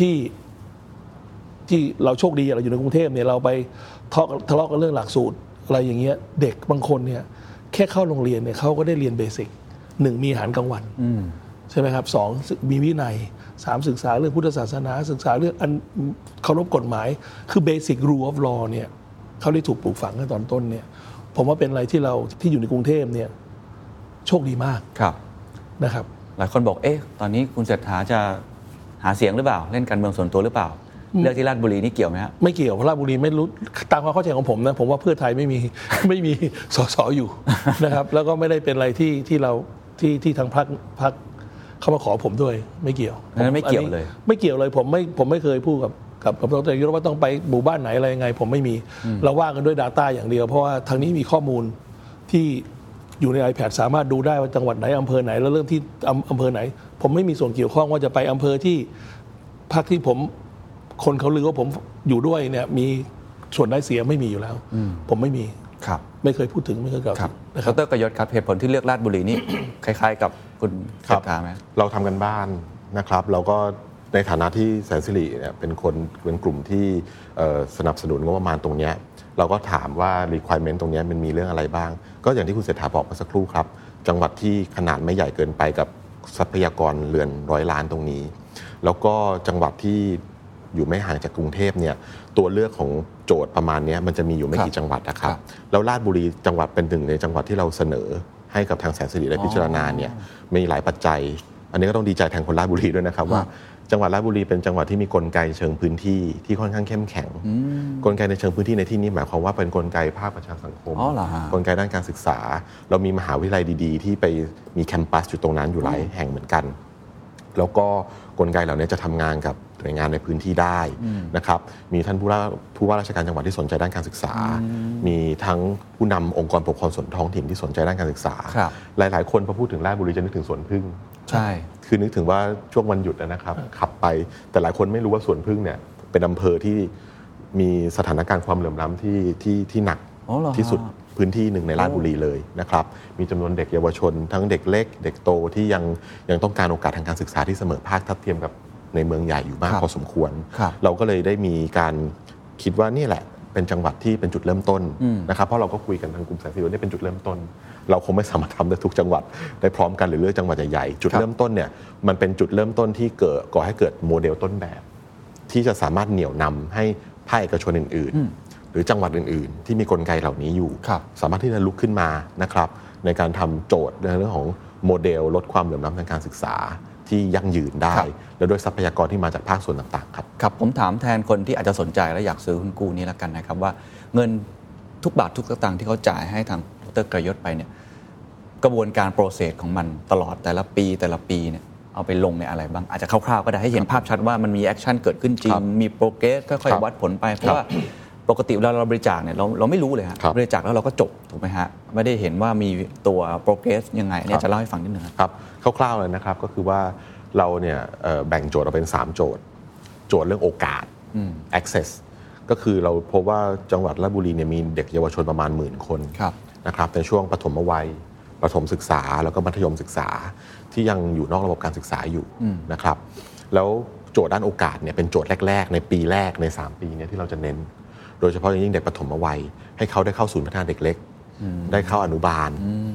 ที่เราโชคดีเราอยู่ในกรุงเทพเนี่ยเราไปทะเลาะกันเรื่องหลักสูตรอะไรอย่างเงี้ยเด็กบางคนเนี่ยแค่เข้าโรงเรียนเนี่ยเขาก็ได้เรียนเบสิก1มีอาหารกลางวันใช่ไหมครับ2มีวินัย3ศึกษาเรื่องพุทธศาสนาศึกษาเรื่องอันเคารพกฎหมายคือ basic rule of law เนี่ยเขาได้ถูกปลูกฝังในตอนต้นเนี่ยผมว่าเป็นอะไรที่เราที่อยู่ในกรุงเทพเนี่ยโชคดีมากนะครับหลายคนบอกตอนนี้คุณเศรษฐาจะหาเสียงหรือเปล่าเล่นการเมืองส่วนตัวหรือเปล่าเลือกที่ราชบุรีนี่เกี่ยวไหมฮะไม่เกี่ยวเพราะราชบุรีไม่รู้ตามความเข้าใจของผมนะผมว่าเพื่อไทยไม่มีสสอยู่นะครับแล้วก็ไม่ได้เป็นอะไรที่เราที่ทางพรรคเขามาขอผมด้วยไม่เกี่ยวไม่เกี่ยวเลยไม่เกี่ยวเลยผมไม่เคยพูดกับดร.ยุทธว่าต้องไปหมู่บ้านไหนอะไรยังไงผมไม่มีเราว่ากันด้วย data อย่างเดียวเพราะว่าทางนี้มีข้อมูลที่อยู่ใน iPad สามารถดูได้ว่าจังหวัดไหนอำเภอไหนแล้วเริ่มที่อำเภอไหนผมไม่มีส่วนเกี่ยวข้องว่าจะไปอำเภอที่พรรคที่ผมคนเขาลือว่าผมอยู่ด้วยเนี่ยมีส่วนได้เสียไม่มีอยู่แล้วผมไม่มีไม่เคยพูดถึงไม่เคยกล่าวถึงดร.กยศครับเหตุผลที่เลือกราชบุรีนี่ คล้ายๆกับคุณเศรษฐาไหมเราทำกันบ้านนะครับเราก็ในฐานะที่แสนสิริเนี่ยเป็นกลุ่มที่สนับสนุนงบประมาณตรงนี้เราก็ถามว่า requirement ตรงนี้มันมีเรื่องอะไรบ้างก็อย่างที่คุณเศรษฐาบอกเมื่อสักครู่ครับจังหวัดที่ขนาดไม่ใหญ่เกินไปกับทรัพยากรเรือน100 ล้านตรงนี้แล้วก็จังหวัดที่อยู่ไม่ห่างจากกรุงเทพเนี่ยตัวเลือกของโจทย์ประมาณนี้มันจะมีอยู่ไม่กี่จังหวัดนะครับแล้วราชบุรีจังหวัดเป็นหนึ่งในจังหวัดที่เราเสนอให้กับทางแสนสิริได้พิจารณาเนี่ยมีหลายปัจจัยอันนี้ก็ต้องดีใจแทนคนราชบุรีด้วยนะครับว่าจังหวัดราชบุรีเป็นจังหวัดที่มีกลไกเชิงพื้นที่ที่ค่อนข้างเข้มแข็งกลไกในเชิงพื้นที่ในที่นี้หมายความว่าเป็นกลไกภาคประชาสังคมกลไกด้านการศึกษาเรามีมหาวิทยาลัยดีๆที่ไปมีแคมปัสอยู่ตรงนั้นอยู่หลายแห่งเหมือนกันแล้วก็กลไกเหล่านี้จะทำงานกับหน่วยงานในพื้นที่ได้นะครับมีท่านผู้ว่าราชการจังหวัดที่สนใจด้านการศึกษามีทั้งผู้นำองค์กรปกครองส่วนท้องถิ่นที่สนใจด้านการศึกษาหลายๆคนพอพูดถึงราชบุรีจะนึกถึงสวนผึ้งใช่คือนึกถึงว่าช่วงวันหยุดนะครับขับไปแต่หลายคนไม่รู้ว่าสวนผึ้งเนี่ยเป็นอำเภอที่มีสถานการณ์ความเหลื่อมล้ำที่หนักที่สุดพื้นที่หนึ่งในราชบุรีเลยนะครับมีจำนวนเด็กเยาวชนทั้งเด็กเล็กเด็กโตที่ยังต้องการโอกาสทางการศึกษาที่เสมอภาคทัดเทียมกับในเมืองใหญ่อยู่มากพอสมควรเราก็เลยได้มีการคิดว่านี่แหละเป็นจังหวัดที่เป็นจุดเริ่มต้นนะครับเพราะเราก็คุยกันทางกลุ่มแสนสิริว่านี่เป็นจุดเริ่มต้นเราคงไม่สามารถทำได้ทุกจังหวัดได้พร้อมกันหรือเลือกจังหวัดใหญ่ๆจุดเริ่มต้นเนี่ยมันเป็นจุดเริ่มต้นที่ก่อให้เกิดโมเดลต้นแบบที่จะสามารถเหนี่ยวนำให้ภาคเอกชนอื่นๆหรือจังหวัดอื่นๆที่มีกลไกเหล่านี้อยู่สามารถที่จะลุกขึ้นมานะครับในการทำโจทย์ในเรื่องของโมเดลลดความเหลื่อมล้ำทางการศึกษาที่ยั่งยืนได้และด้วยทรัพยากรที่มาจากภาคส่วนต่างๆครับครับผมถามแทนคนที่อาจจะสนใจและอยากซื้อหุ้นกู้นี้แล้วกันนะครับว่าเงินทุกบาททุกสตางค์ที่เขาจ่ายให้ทางดร.กยศไปเนี่ยกระบวนการโปรเซสของมันตลอดแต่ละปีเนี่ยเอาไปลงในอะไรบ้างอาจจะคร่าวๆก็ได้ให้เห็นภาพชัดว่ามันมีแอคชั่นเกิดขึ้นจริงมีโปรเกรสค่อยๆวัดผลไปเพราะว่าปกติเวลาเราบริจาคเนี่ยเราไม่รู้เลยฮะบริจาคแล้วเราก็จบถูกไหมฮะไม่ได้เห็นว่ามีตัวโปรเกรสยังไงเนี่ยจะเล่าให้ฟังนิดนึงครับคร่าวๆเลยนะครับก็คือว่าเราเนี่ยแบ่งโจทย์ออกเป็น3โจทย์เรื่องโอกาส access ก็คือเราพบว่าจังหวัดราชบุรีเนี่ยมีเด็กเยาวชนประมาณ10,000 คนนะครับในช่วงปฐมวัยประถมศึกษาแล้วก็มัธยมศึกษาที่ยังอยู่นอกระบบการศึกษาอยู่นะครับแล้วโจทย์ด้านโอกาสเนี่ยเป็นโจทย์แรกๆในปีแรกใน3ปีเนี่ยที่เราจะเน้นโดยเฉพาะอย่างยิ่งเด็กปฐมวัยให้เขาได้เข้าศูนย์พัฒนาเด็กเล็กได้เข้าอนุบาล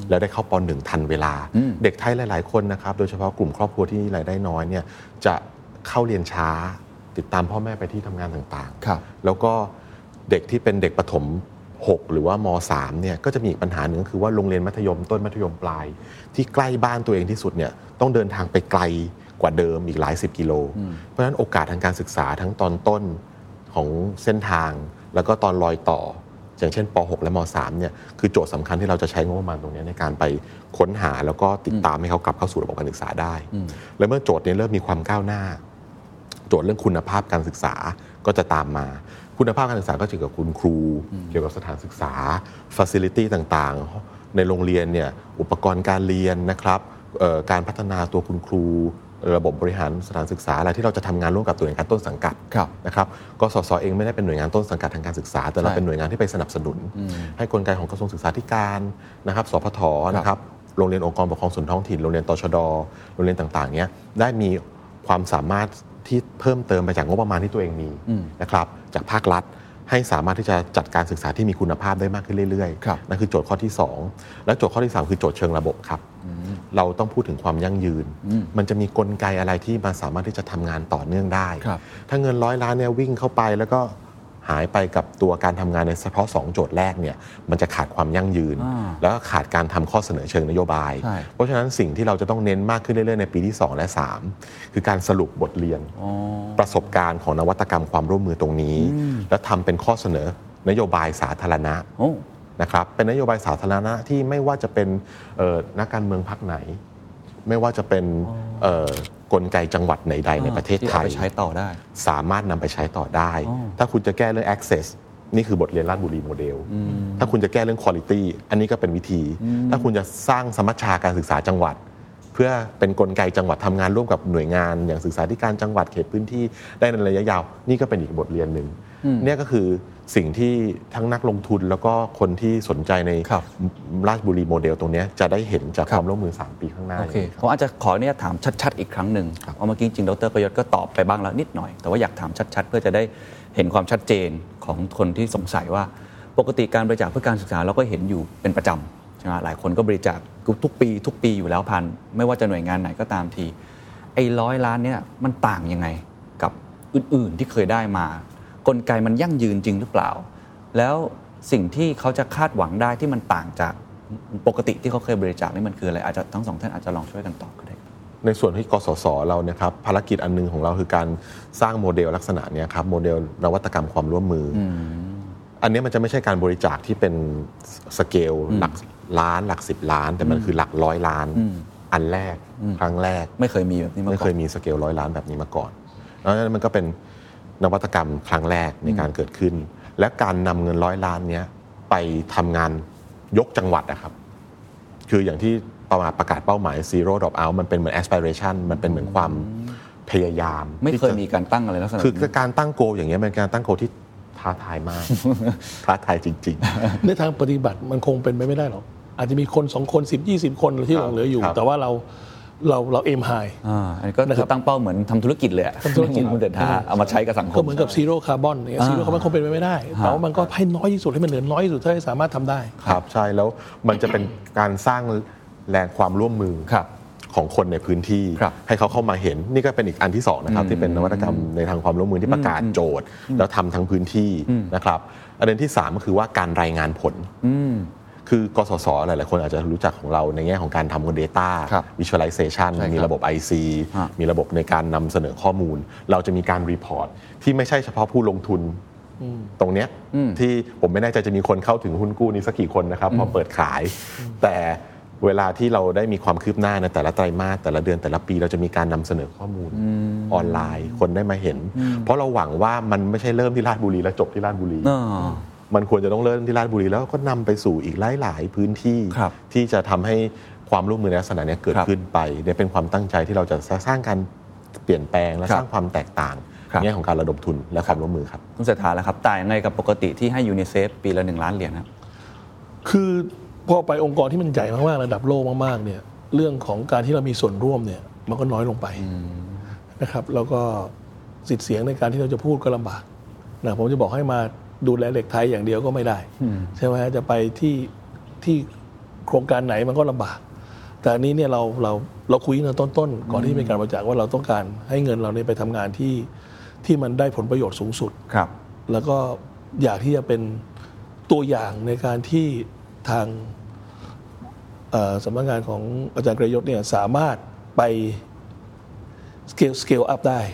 แล้วได้เข้าป.1 ทันเวลาเด็กไทยหลายๆคนนะครับโดยเฉพาะกลุ่มครอบครัวที่รายได้น้อยเนี่ยจะเข้าเรียนช้าติดตามพ่อแม่ไปที่ทำงานต่างๆแล้วก็เด็กที่เป็นเด็กประถม6หรือว่าม.3 เนี่ยก็จะมีปัญหาหนึ่งก็คือว่าโรงเรียนมัธยมต้นมัธยมปลายที่ใกล้บ้านตัวเองที่สุดเนี่ยต้องเดินทางไปไกลกว่าเดิมอีกหลาย10 กิโลเพราะฉะนั้นโอกาสทางการศึกษาทั้งตอนต้นของเส้นทางแล้วก็ตอนรอยต่ออย่างเช่นป.6 และม.3 เนี่ยคือโจทย์สำคัญที่เราจะใช้งบประมาณตรงนี้ในการไปค้นหาแล้วก็ติดตามให้เขากลับเข้าสู่ระบบการศึกษาได้และเมื่อโจทย์นี้เริ่มมีความก้าวหน้าโจทย์เรื่องคุณภาพการศึกษาก็จะตามมาคุณภาพการศึกษาก็เกี่ยวกับคุณครูเกี่ยวกับสถานศึกษา facility ต่างๆในโรงเรียนเนี่ยอุปกรณ์การเรียนนะครับการพัฒนาตัวคุณครูระบบบริหารสถานศึกษาอะไรที่เราจะทำงานร่วมกับหน่วยงานต้นสังกัดนะครับกสศเองไม่ได้เป็นหน่วยงานต้นสังกัดทางการศึกษาแต่เราเป็นหน่วยงานที่ไปสนับสนุนให้กลไกของกระทรวงศึกษาธิการนะครับสพทนะครับโรงเรียนองค์กรปกครองส่วนท้องถิ่นโรงเรียนตชดโรงเรียนต่างๆเนี้ยได้มีความสามารถที่เพิ่มเติมไปจากงบประมาณที่ตัวเองมีนะครับจากภาครัฐให้สามารถที่จะจัดการศึกษาที่มีคุณภาพได้มากขึ้นเรื่อยๆนั่นคือโจทย์ข้อที่2และโจทย์ข้อที่3คือโจทย์เชิงระบบครับเราต้องพูดถึงความยั่งยืนมันจะมีกลไกอะไรที่มันสามารถที่จะทำงานต่อเนื่องได้ถ้าเงิน100 ล้านเนี่ยวิ่งเข้าไปแล้วก็หายไปกับตัวการทำงานในเฉพาะ2โจทย์แรกเนี่ยมันจะขาดความยั่งยืนแล้วก็ขาดการทำข้อเสนอเชิงนโยบายเพราะฉะนั้นสิ่งที่เราจะต้องเน้นมากขึ้นเรื่อยๆในปีที่2และ3คือการสรุปบทเรียนประสบการณ์ของนวัตกรรมความร่วมมือตรงนี้และทำเป็นข้อเสนอนโยบายสาธารณะนะครับเป็นนโยบายสาธารณะที่ไม่ว่าจะเป็นนักการเมืองพรรคไหนไม่ว่าจะเป็นกลไกจังหวัดไหนๆในประเทศไทยใช้ต่อได้สามารถนำไปใช้ต่อได้ถ้าคุณจะแก้เรื่อง access นี่คือบทเรียนราชบุรีโมเดลถ้าคุณจะแก้เรื่อง quality อันนี้ก็เป็นวิธีถ้าคุณจะสร้างสมัชชาการศึกษาจังหวัดเพื่อเป็นกลไกจังหวัดทำงานร่วมกับหน่วยงานอย่างศึกษาธิการจังหวัดเขตพื้นที่ได้ในระยะยาวนี่ก็เป็นอีกบทเรียนหนึ่งเนี่ยก็คือสิ่งที่ทั้งนักลงทุนแล้วก็คนที่สนใจในราชบุรีโมเดลตรงนี้จะได้เห็นจากความร่วมมือ3ปีข้างหน้าผมอาจจะขออนุญาตถามชัดๆอีกครั้งหนึ่งเพราะเมื่อกี้จริงดร.ประยศก็ตอบไปบ้างแล้วนิดหน่อยแต่ว่าอยากถามชัดๆเพื่อจะได้เห็นความชัดเจนของคนที่สงสัยว่าปกติการบริจาคเพื่อการศึกษาเราก็เห็นอยู่เป็นประจำใช่ไหมหลายคนก็บริจาคทุกปีอยู่แล้วพันไม่ว่าจะหน่วยงานไหนก็ตามทีไอ้100 ล้านเนี่ยมันต่างยังไงกับอื่นๆที่เคยได้มากลไกมันยั่งยืนจริงหรือเปล่าแล้วสิ่งที่เขาจะคาดหวังได้ที่มันต่างจากปกติที่เขาเคยบริจาคนี่มันคืออะไรอาจจะทั้ง2ท่านอาจจะลองช่วยกันตอบก็ได้ในส่วนที่กสศเราเนี่ยครับภารกิจอันนึงของเราคือการสร้างโมเดลลักษณะนี้ครับโมเดลนวัตกรรมความร่วมมืออันนี้มันจะไม่ใช่การบริจาคที่เป็นสเกลหลักล้านหลัก10 ล้านแต่มันคือหลัก100 ล้านอันแรกครั้งแรกไม่เคยมีแบบนี้มาก่อนไม่เคยมีสเกล100 ล้านแบบนี้มาก่อนแล้วนั้นมันก็เป็นนวัตกรรมครั้งแรกในการเกิดขึ้นและการนำเงิน100 ล้านนี้ไปทำงานยกจังหวัดนะครับคืออย่างที่ประกาศเป้าหมาย Zero Drop Out มันเป็นเหมือน aspiration มันเป็นเหมือนความพยายามไม่เคยมีการตั้งอะไรลักษณะคือการตั้งโกอย่างเงี้ยเป็นการตั้งโกที่ท้าทายมาก ท้าทายจริงๆในทางปฏิบัติมันคงเป็นไปไม่ได้หรอกอาจจะมีคน2 คน10-20 คนที่หลงเหลืออยู่แต่ว่าเราเอมไฮอันนี้ก็คือตั้งเป้าเหมือนทำธุรกิจเลยทำธุรกิจเดินทางเอามาใช้กับสังคมก็เหมือนกับซีโร่คาร์บอนเนี่ยซีโร่คาร์บอนคงเป็นไปไม่ได้แต่ว่ามันก็ให้น้อยที่สุดให้มันเหลือน้อยที่สุดเท่าที่สามารถทำได้ครับใช่แล้วมันจะเป็นการสร้างแรงความร่วมมือของคนในพื้นที่ให้เขาเข้ามาเห็นนี่ก็เป็นอีกอันที่2นะครับที่เป็นนวัตกรรมในทางความร่วมมือที่ประกาศโจทย์แล้วทำทั้งพื้นที่นะครับประเด็นที่3ก็คือว่าการรายงานผลคือกสศหลายๆคนอาจจะรู้จักของเราในแง่ของการทำ data visualization มีระบบ IC มีระบบในการนำเสนอข้อมูลเราจะมีการ report ที่ไม่ใช่เฉพาะผู้ลงทุนตรงเนี้ยที่ผมไม่แน่ใจจะมีคนเข้าถึงหุ้นกู้นี้สักกี่คนนะครับพอเปิดขายแต่เวลาที่เราได้มีความคืบหน้าในแต่ละไตรมาสแต่ละเดือนแต่ละปีเราจะมีการนำเสนอข้อมูลออนไลน์คนได้มาเห็นเพราะเราหวังว่ามันไม่ใช่เริ่มที่ราชบุรีแล้วจบที่ราชบุรีมันควรจะต้องเริ่มที่ราชบุรีแล้วก็นำไปสู่อีกหลายๆพื้นที่ที่จะทำให้ความร่วมมือในลักษณะนี้เกิดขึ้นไปเนี่ยเป็นความตั้งใจที่เราจะสร้างการเปลี่ยนแปลงและสร้างความแตกต่างในแง่ของการระดมทุนและความร่วมมือครับคุณเศรษฐาแล้วครับต่างยังไงกับปกติที่ให้ยูนิเซฟปีละ1 ล้านเหรียญครับคือพอไปองค์กรที่มันใหญ่มากๆระดับโลกมากๆเนี่ยเรื่องของการที่เรามีส่วนร่วมเนี่ยมันก็น้อยลงไปนะครับแล้วก็สิทธิเสียงในการที่เราจะพูดก็ลำบากนะผมจะบอกให้มาดูแลเหล็กไทยอย่างเดียวก็ไม่ได้ใช่ไหมจะไปที่โครงการไหนมันก็ลำบากแต่อันนี้เนี่ยเราคุยในต้นๆก่อนที่มีการบริจาคว่าเราต้องการให้เงินเราเนี่ยไปทำงานที่มันได้ผลประโยชน์สูงสุดครับแล้วก็อยากที่จะเป็นตัวอย่างในการที่ทางสำนักงานของอาจารย์เกรยศเนี่ยสามารถไปscale up ได้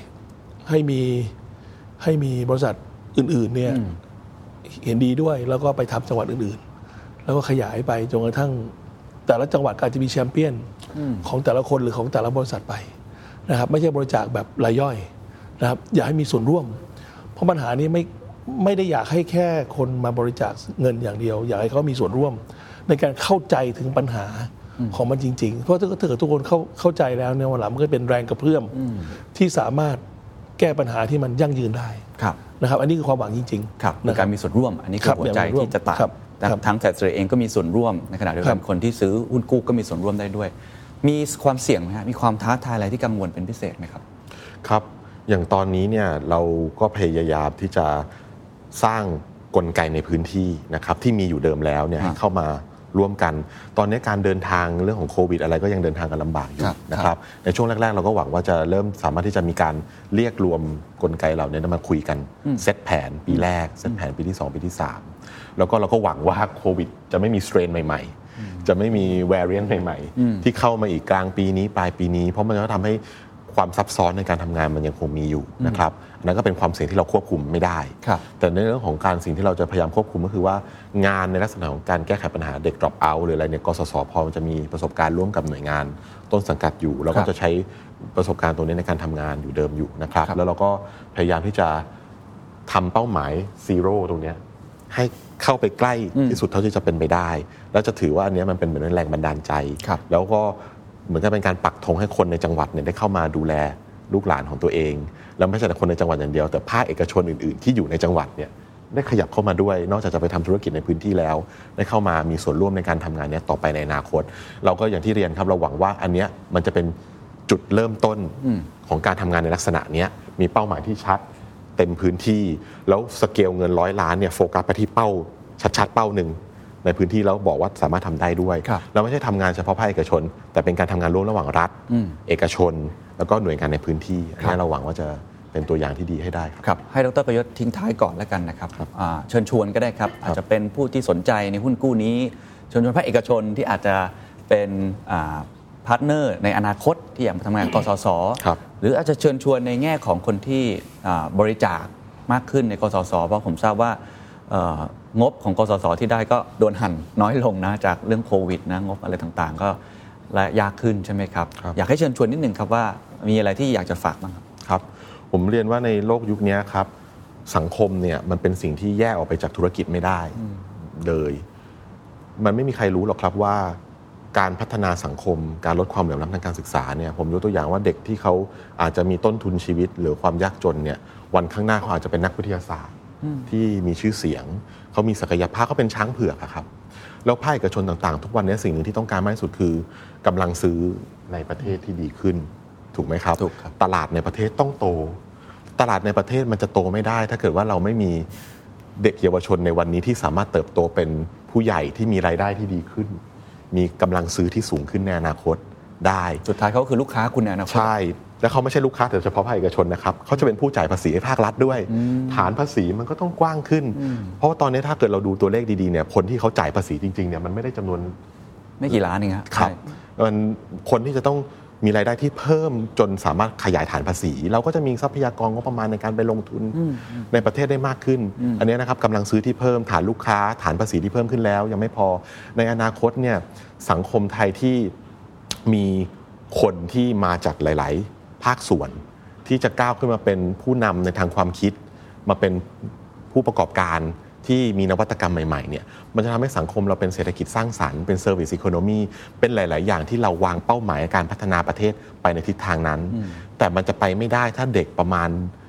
ให้มีบริษัทอื่นๆเนี่ยเห็นดีด้วยแล้วก็ไปทำจังหวัดอื่นๆแล้วก็ขยายไปจนกระทั่งแต่ละจังหวัดอาจจะมีแชมเปี้ยนของแต่ละคนหรือของแต่ละบริษัทไปนะครับไม่ใช่บริจาคแบบรายย่อยนะครับอยากให้มีส่วนร่วมเพราะปัญหานี้ไม่ได้อยากให้แค่คนมาบริจาคเงินอย่างเดียวอยากให้เขามีส่วนร่วมในการเข้าใจถึงปัญหาของมันจริงๆเพราะถ้าเกิดทุกคนเข้าใจแล้วเนี่ยวันหลังมันก็เป็นแรงกระเพื่อมที่สามารถแก้ปัญหาที่มันยั่งยืนได้นะครับอันนี้คือความหวังจริงๆครับในการมีส่วนร่วมอันนี้คือหัวใจที่จะตัดทางแสตรีเองก็มีส่วนร่วมในขณะเดียวกันคนที่ซื้อหุ้นกู้ก็มีส่วนร่วมได้ด้วยมีความเสี่ยงไหมฮะมีความท้าทายอะไรที่กังวลเป็นพิเศษไหมครับครับอย่างตอนนี้เนี่ยเราก็พยายามที่จะสร้างกลไกในพื้นที่นะครับที่มีอยู่เดิมแล้วเนี่ยให้เข้ามาร่วมกันตอนนี้การเดินทางเรื่องของโควิดอะไรก็ยังเดินทางกันลำบากอยู่นะครับในช่วงแรกๆเราก็หวังว่าจะเริ่มสามารถที่จะมีการเรียกรวมกลไกเหล่านี้มาคุยกันเซตแผนปีแรกเซตแผนปีที่2ปีที่3แล้วก็เราก็หวังว่าโควิดจะไม่มีสเตรนใหม่ๆจะไม่มีแวริเอนต์ใหม่ๆที่เข้ามาอีกกลางปีนี้ปลายปีนี้เพราะมันจะทำให้ความซับซ้อนในการทำงานมันยังคงมีอยู่นะครับนั่นก็เป็นความเสี่ยงที่เราควบคุมไม่ได้แต่ในเรื่องของการสิ่งที่เราจะพยายามควบคุมก็คือว่างานในลักษณะของการแก้ไขปัญหาเด็ก drop out หรืออะไรเนี่ยกสศพมันจะมีประสบการณ์ร่วมกับหน่วยงานต้นสังกัดอยู่เราก็จะใช้ประสบการณ์ตรงนี้ในการทำงานอยู่เดิมอยู่นะครับแล้วเราก็พยายามที่จะทำเป้าหมายซีโร่ตรงนี้ให้เข้าไปใกล้ที่สุดเท่าที่จะเป็นไปได้แล้วจะถือว่าอันนี้มันเป็นเหมือนแรงบันดาลใจแล้วก็เหมือนกับเป็นการปักธงให้คนในจังหวัดเนี่ยได้เข้ามาดูแลลูกหลานของตัวเองแล้วไม่ใช่แต่คนในจังหวัดอย่างเดียวแต่ภาคเอกชนอื่นๆที่อยู่ในจังหวัดเนี่ยได้ขยับเข้ามาด้วยนอกจากจะไปทำธุรกิจในพื้นที่แล้วได้เข้ามามีส่วนร่วมในการทำงานนี้ต่อไปในอนาคตเราก็อย่างที่เรียนครับเราหวังว่าอันนี้มันจะเป็นจุดเริ่มต้นของการทำงานในลักษณะนี้มีเป้าหมายที่ชัดเต็มพื้นที่แล้วสเกลเงิน100 ล้านเนี่ยโฟกัสไปที่เป้าชัดๆเป้านึงในพื้นที่แล้วบอกว่าสามารถทำได้ด้วยเราไม่ใช่ทำงานเฉพาะภาคเอกชนแต่เป็นการทำงานร่วมระหว่างรัฐเอกชนแล้วก็หน่วยงานในพื้นที่อันนี้เราหวังว่าจะเป็นตัวอย่างที่ดีให้ได้ครับให้ดร.ประยศทิ้งท้ายก่อนแล้วกันนะครับเชิญชวนก็ได้ครับอาจจะเป็นผู้ที่สนใจในหุ้นกู้นี้เชิญชวนภาคเอกชนที่อาจจะเป็นพาร์ทเนอร์ในอนาคตที่อยากมาทำงานกสศหรืออาจจะเชิญชวนในแง่ของคนที่บริจาคมากขึ้นในกสศเพราะผมทราบว่างบของกสศที่ได้ก็โดนหั่นน้อยลงนะจากเรื่องโควิดนะงบอะไรต่างๆก็และยากขึ้นใช่ไหมครับอยากให้เชิญชวนนิดนึงครับว่ามีอะไรที่อยากจะฝากบ้างครับผมเรียนว่าในโลกยุคนี้ครับสังคมเนี่ยมันเป็นสิ่งที่แยกออกไปจากธุรกิจไม่ได้เลยมันไม่มีใครรู้หรอกครับว่าการพัฒนาสังคมการลดความเหลื่อมล้ำทางการศึกษาเนี่ยผมยกตัวอย่างว่าเด็กที่เขาอาจจะมีต้นทุนชีวิตหรือความยากจนเนี่ยวันข้างหน้าเขาอาจจะเป็นนักวิทยาศาสตร์ที่มีชื่อเสียงเขามีศักยภาพเขาเป็นช้างเผือกครับแล้วภาคเอกชนต่างๆทุกวันนี้สิ่งหนึ่งที่ต้องการมากที่สุดคือกำลังซื้อในประเทศที่ดีขึ้นถูกไหมครับตลาดในประเทศต้องโตตลาดในประเทศมันจะโตไม่ได้ถ้าเกิดว่าเราไม่มีเด็กเยาวชนในวันนี้ที่สามารถเติบโตเป็นผู้ใหญ่ที่มีรายได้ที่ดีขึ้นมีกำลังซื้อที่สูงขึ้นในอนาคตได้สุดท้ายเขาคือลูกค้าคุณในอนาคตใช่และเขาไม่ใช่ลูกค้าแต่เฉพาะภาคเอกชนนะครับเขาจะเป็นผู้จ่ายภาษีให้ภาครัฐด้วยฐานภาษีมันก็ต้องกว้างขึ้นเพราะว่าตอนนี้ถ้าเกิดเราดูตัวเลขดีๆเนี่ยคนที่เขาจ่ายภาษีจริงๆเนี่ยมันไม่ได้จำนวนไม่กี่ล้านเองครับคนที่จะต้องมีรายได้ที่เพิ่มจนสามารถขยายฐานภาษีเราก็จะมีทรัพยากรงบประมาณในการไปลงทุนในประเทศได้มากขึ้นอันนี้นะครับกำลังซื้อที่เพิ่มฐานลูกค้าฐานภาษีที่เพิ่มขึ้นแล้วยังไม่พอในอนาคตเนี่ยสังคมไทยที่มีคนที่มาจากหลายๆภาคส่วนที่จะก้าวขึ้นมาเป็นผู้นำในทางความคิดมาเป็นผู้ประกอบการที่มีนวัตกรรมใหม่ๆเนี่ยมันจะทำให้สังคมเราเป็นเศรษฐกิจสร้างสรรค์เป็น Service Economy เป็นหลายๆอย่างที่เราวางเป้าหมายการพัฒนาประเทศไปในทิศทางนั้นแต่มันจะไปไม่ได้ถ้าเด็กประมาณ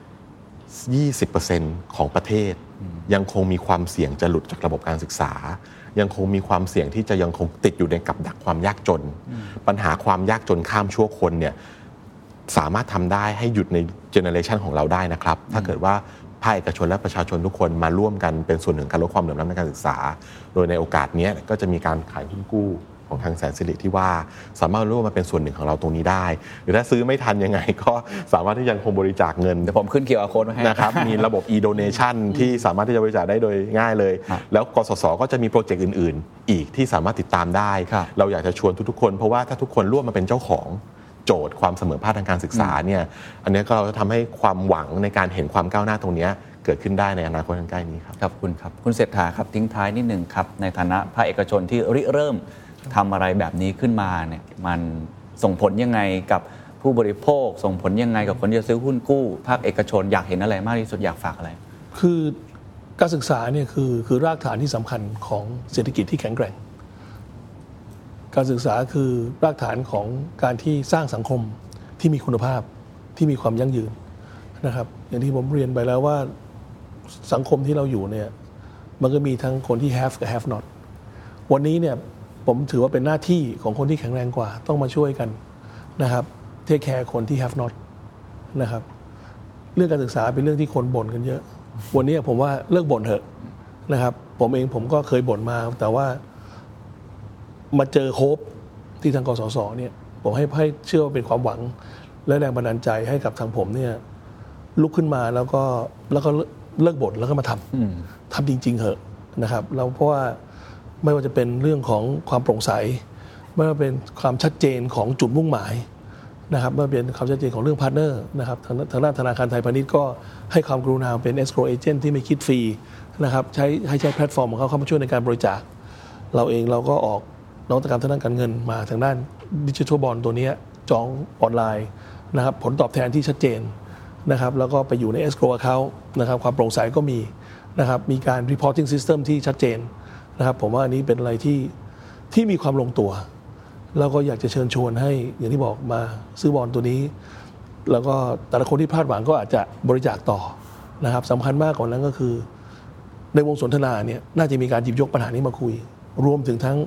20% ของประเทศยังคงมีความเสี่ยงจะหลุดจากระบบการศึกษายังคงมีความเสี่ยงที่จะยังคงติดอยู่ในกับดักความยากจนปัญหาความยากจนข้ามชั่วคนเนี่ยสามารถทำได้ให้หยุดในเจเนอเรชันของเราได้นะครับถ้าเกิดว่าภาคเอกชนและประชาชนทุกคนมาร่วมกันเป็นส่วนหนึ่งการลดความเหลื่อมล้ำในการศึกษาโดยในโอกาสนี้ก็จะมีการขายหุ้นกู้ของทางแสนสิริที่ว่าสามารถร่วมมาเป็นส่วนหนึ่งของเราตรงนี้ได้หรือถ้าซื้อไม่ทันยังไงก็สามารถที่ยังคงบริจาคเงินเดี๋ยวผมขึ้น QR code มาให้นะครับมีระบบ e-donation ที่สามารถที่จะบริจาคได้โดยง่ายเลยแล้วกสศก็จะมีโปรเจกต์อื่นๆอีกที่สามารถติดตามได้เราอยากจะชวนทุกๆคนเพราะว่าถ้าทุกคนร่วมมาเป็นเจ้าของโจทย์ความเสมอภาคทางการศึกษาเนี่ยอันนี้ก็จะทำให้ความหวังในการเห็นความก้าวหน้าตรงนี้เกิดขึ้นได้ในอนาคตอันใกล้นี้ครับครับคุณเศรษฐาครับทิ้งท้ายนิดนึงครับในฐานะภาคเอกชนที่เริ่มทำอะไรแบบนี้ขึ้นมาเนี่ยมันส่งผลยังไงกับผู้บริโภคส่งผลยังไงกับคนที่จะซื้อหุ้นกู้ภาคเอกชนอยากเห็นอะไรมากที่สุดอยากฝากอะไรคือการศึกษาเนี่ยคือรากฐานที่สำคัญของเศรษฐกิจที่แข็งแกร่งการศึกษาคือรากฐานของการที่สร้างสังคมที่มีคุณภาพที่มีความยั่งยืนนะครับอย่างที่ผมเรียนไปแล้วว่าสังคมที่เราอยู่เนี่ยมันก็มีทั้งคนที่ have กับ have not วันนี้เนี่ยผมถือว่าเป็นหน้าที่ของคนที่แข็งแรงกว่าต้องมาช่วยกันนะครับเทคแคร์คนที่ have not นะครับเรื่องการศึกษาเป็นเรื่องที่คนบ่นกันเยอะวันนี้ผมว่าเลิกบ่นเถอะนะครับผมก็เคยบ่นมาแต่ว่ามาเจอโฮปที่ทางกสศเนี่ยผมให้เชื่อว่าเป็นความหวังและแรงบันดาลใจให้กับทางผมเนี่ยลุกขึ้นมาแล้วก็เลิกบ่นแล้วก็มาทำจริงๆเหอะนะครับแล้วเพราะว่าไม่ว่าจะเป็นเรื่องของความโปร่งใสไม่ว่าเป็นความชัดเจนของจุดมุ่งหมายนะครับไม่ว่าเป็นความชัดเจนของเรื่องพาร์ทเนอร์นะครับทางด้านธนาคารไทยพาณิชย์ก็ให้ความกรุณาเป็น escrow agent ที่ไม่คิดฟรีนะครับใช้แพลตฟอร์มของเขาเข้ามาช่วยในการบริจาคเราก็ออกนวัตกรรมทางด้านการเงินมาทางด้านดิจิทัลบอนด์ตัวนี้จองออนไลน์นะครับผลตอบแทนที่ชัดเจนนะครับแล้วก็ไปอยู่ใน escrow account นะครับความโปร่งใสก็มีนะครับมีการ reporting system ที่ชัดเจนนะครับผมว่าอันนี้เป็นอะไรที่มีความลงตัวแล้วก็อยากจะเชิญชวนให้อย่างที่บอกมาซื้อบอลตัวนี้แล้วก็แต่ละคนที่พลาดหวังก็อาจจะบริจาคต่อนะครับสำคัญมากกว่านั้นก็คือในวงสนทนาเนี่ยน่าจะมีการหยิบยกปัญหานี้มาคุยรวมถึงทั้ง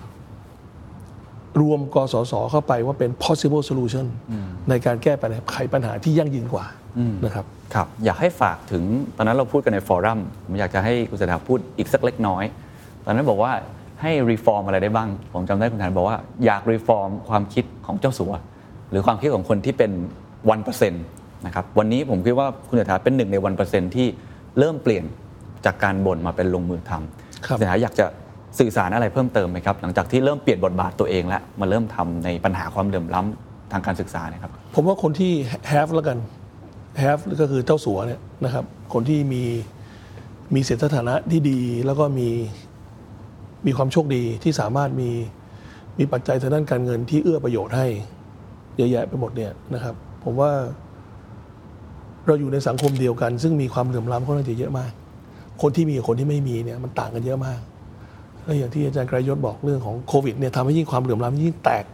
รวมกสศเข้าไปว่าเป็น possible solution ในการแก้ปัญหาที่ยั่งยืนกว่านะครับครับอยากให้ฝากถึงตอนนั้นเราพูดกันในฟอรัมผมอยากจะให้คุณเศรษฐาพูดอีกสักเล็กน้อยตอนนั้นบอกว่าให้รีฟอร์มอะไรได้บ้างผมจำได้คุณธนบอกว่าอยากรีฟอร์มความคิดของเจ้าสัวหรือความคิดของคนที่เป็น 1% นะครับวันนี้ผมคิดว่าคุณเศรษฐาเป็น1ใน 1% ที่เริ่มเปลี่ยนจากการบ่นมาเป็นลงมือทำคุณเศรษฐาอยากจะสื่อสารอะไรเพิ่มเติมไหมครับหลังจากที่เริ่มเปลี่ยนบทบาทตัวเองแล้วมาเริ่มทำในปัญหาความเหลื่อมล้ำทางการศึกษาเนี่ยครับผมว่าคนที่ have แล้วกัน have ก็คือเจ้าสัวเนี่ยนะครับคนที่มีสถานะที่ดีแล้วก็มีความโชคดีที่สามารถมีปัจจัยทางด้านการเงินที่เอื้อประโยชน์ให้เยอะแยะไปหมดเนี่ยนะครับผมว่าเราอยู่ในสังคมเดียวกันซึ่งมีความเหลื่อมล้ำค่อนข้างจะเยอะมากคนที่มีกับคนที่ไม่มีเนี่ยมันต่างกันเยอะมากและอย่างที่อาจารย์ไกรยศบอกเรื่องของโควิดเนี่ยทำให้ยิ่งความเหลื่อมล้ำยิ่งแตก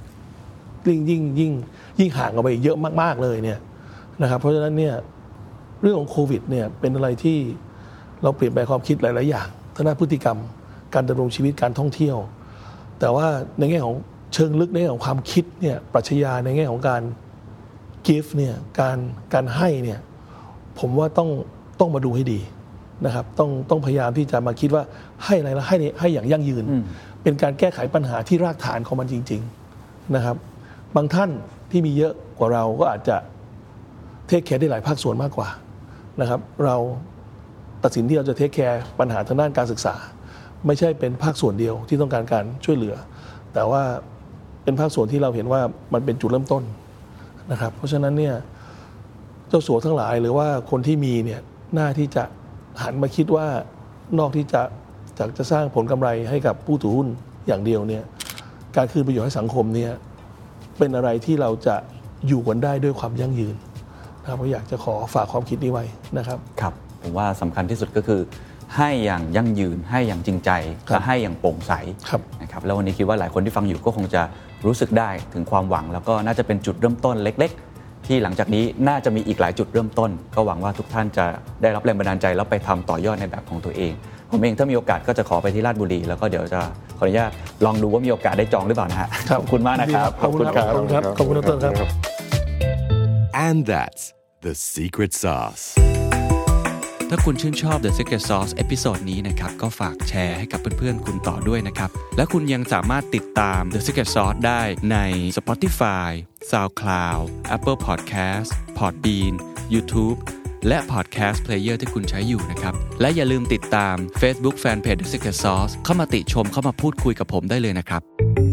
ยิ่งห่างออกไปเยอะมากๆเลยเนี่ยนะครับเพราะฉะนั้นเนี่ยเรื่องของโควิดเนี่ยเป็นอะไรที่เราเปลี่ยนแปลงความคิดหลายๆอย่างทางด้านพฤติกรรมการดำรงชีวิตการท่องเที่ยวแต่ว่าในแง่ของเชิงลึกในแง่ของความคิดเนี่ยปรัชญาในแง่ของการ give เนี่ยการให้เนี่ยผมว่าต้องมาดูให้ดีนะครับต้องพยายามที่จะมาคิดว่าให้อะไรแล้วให้อย่างยั่งยืนเป็นการแก้ไขปัญหาที่รากฐานของมันจริงๆนะครับบางท่านที่มีเยอะกว่าเราก็อาจจะเทคแคร์ได้หลายภาคส่วนมากกว่านะครับเราตัดสินที่เราจะเทคแคร์ปัญหาทางด้านการศึกษาไม่ใช่เป็นภาคส่วนเดียวที่ต้องการช่วยเหลือแต่ว่าเป็นภาคส่วนที่เราเห็นว่ามันเป็นจุดเริ่มต้นนะครับเพราะฉะนั้นเนี่ยเจ้าสัวทั้งหลายหรือว่าคนที่มีเนี่ยน่าที่จะหันมาคิดว่านอกที่จะสร้างผลกำไรให้กับผู้ถือหุ้นอย่างเดียวเนี่ยการคืนประโยชน์ให้สังคมเนี่ยเป็นอะไรที่เราจะอยู่กันได้ด้วยความยั่งยืนนะครับผมอยากจะขอฝากความคิดนี้ไว้นะครับครับผมว่าสำคัญที่สุดก็คือให้อย่างยั่งยืนให้อย่างจริงใจและให้อย่างโปร่งใสนะครับแล้ววันนี้คิดว่าหลายคนที่ฟังอยู่ก็คงจะรู้สึกได้ถึงความหวังแล้วก็น่าจะเป็นจุดเริ่มต้นเล็กๆที่หลังจากนี้น่าจะมีอีกหลายจุดเริ่มต้นก็หวังว่าทุกท่านจะได้รับแรงบันดาลใจแล้วไปทำต่อยอดในแบบของตัวเองผมเองถ้ามีโอกาสก็จะขอไปที่ราชบุรีแล้วก็เดี๋ยวจะขออนุญาตลองดูว่ามีโอกาสได้จองหรือเปล่านะฮะขอบคุณมากนะครับขอบคุณครับขอบคุณต้นครับ And that's the secret sauce ถ้าคุณชื่นชอบ The Secret Sauce เอพิโซดนี้นะครับก็ฝากแชร์ให้กับเพื่อนๆคุณต่อด้วยนะครับและคุณยังสามารถติดตาม The Secret Sauce ได้ใน Spotify, SoundCloud, Apple Podcast, Podbean, YouTube และ Podcast Player ที่คุณใช้อยู่นะครับและอย่าลืมติดตาม Facebook Fanpage The Secret Sauce เข้ามาติชมเข้ามาพูดคุยกับผมได้เลยนะครับ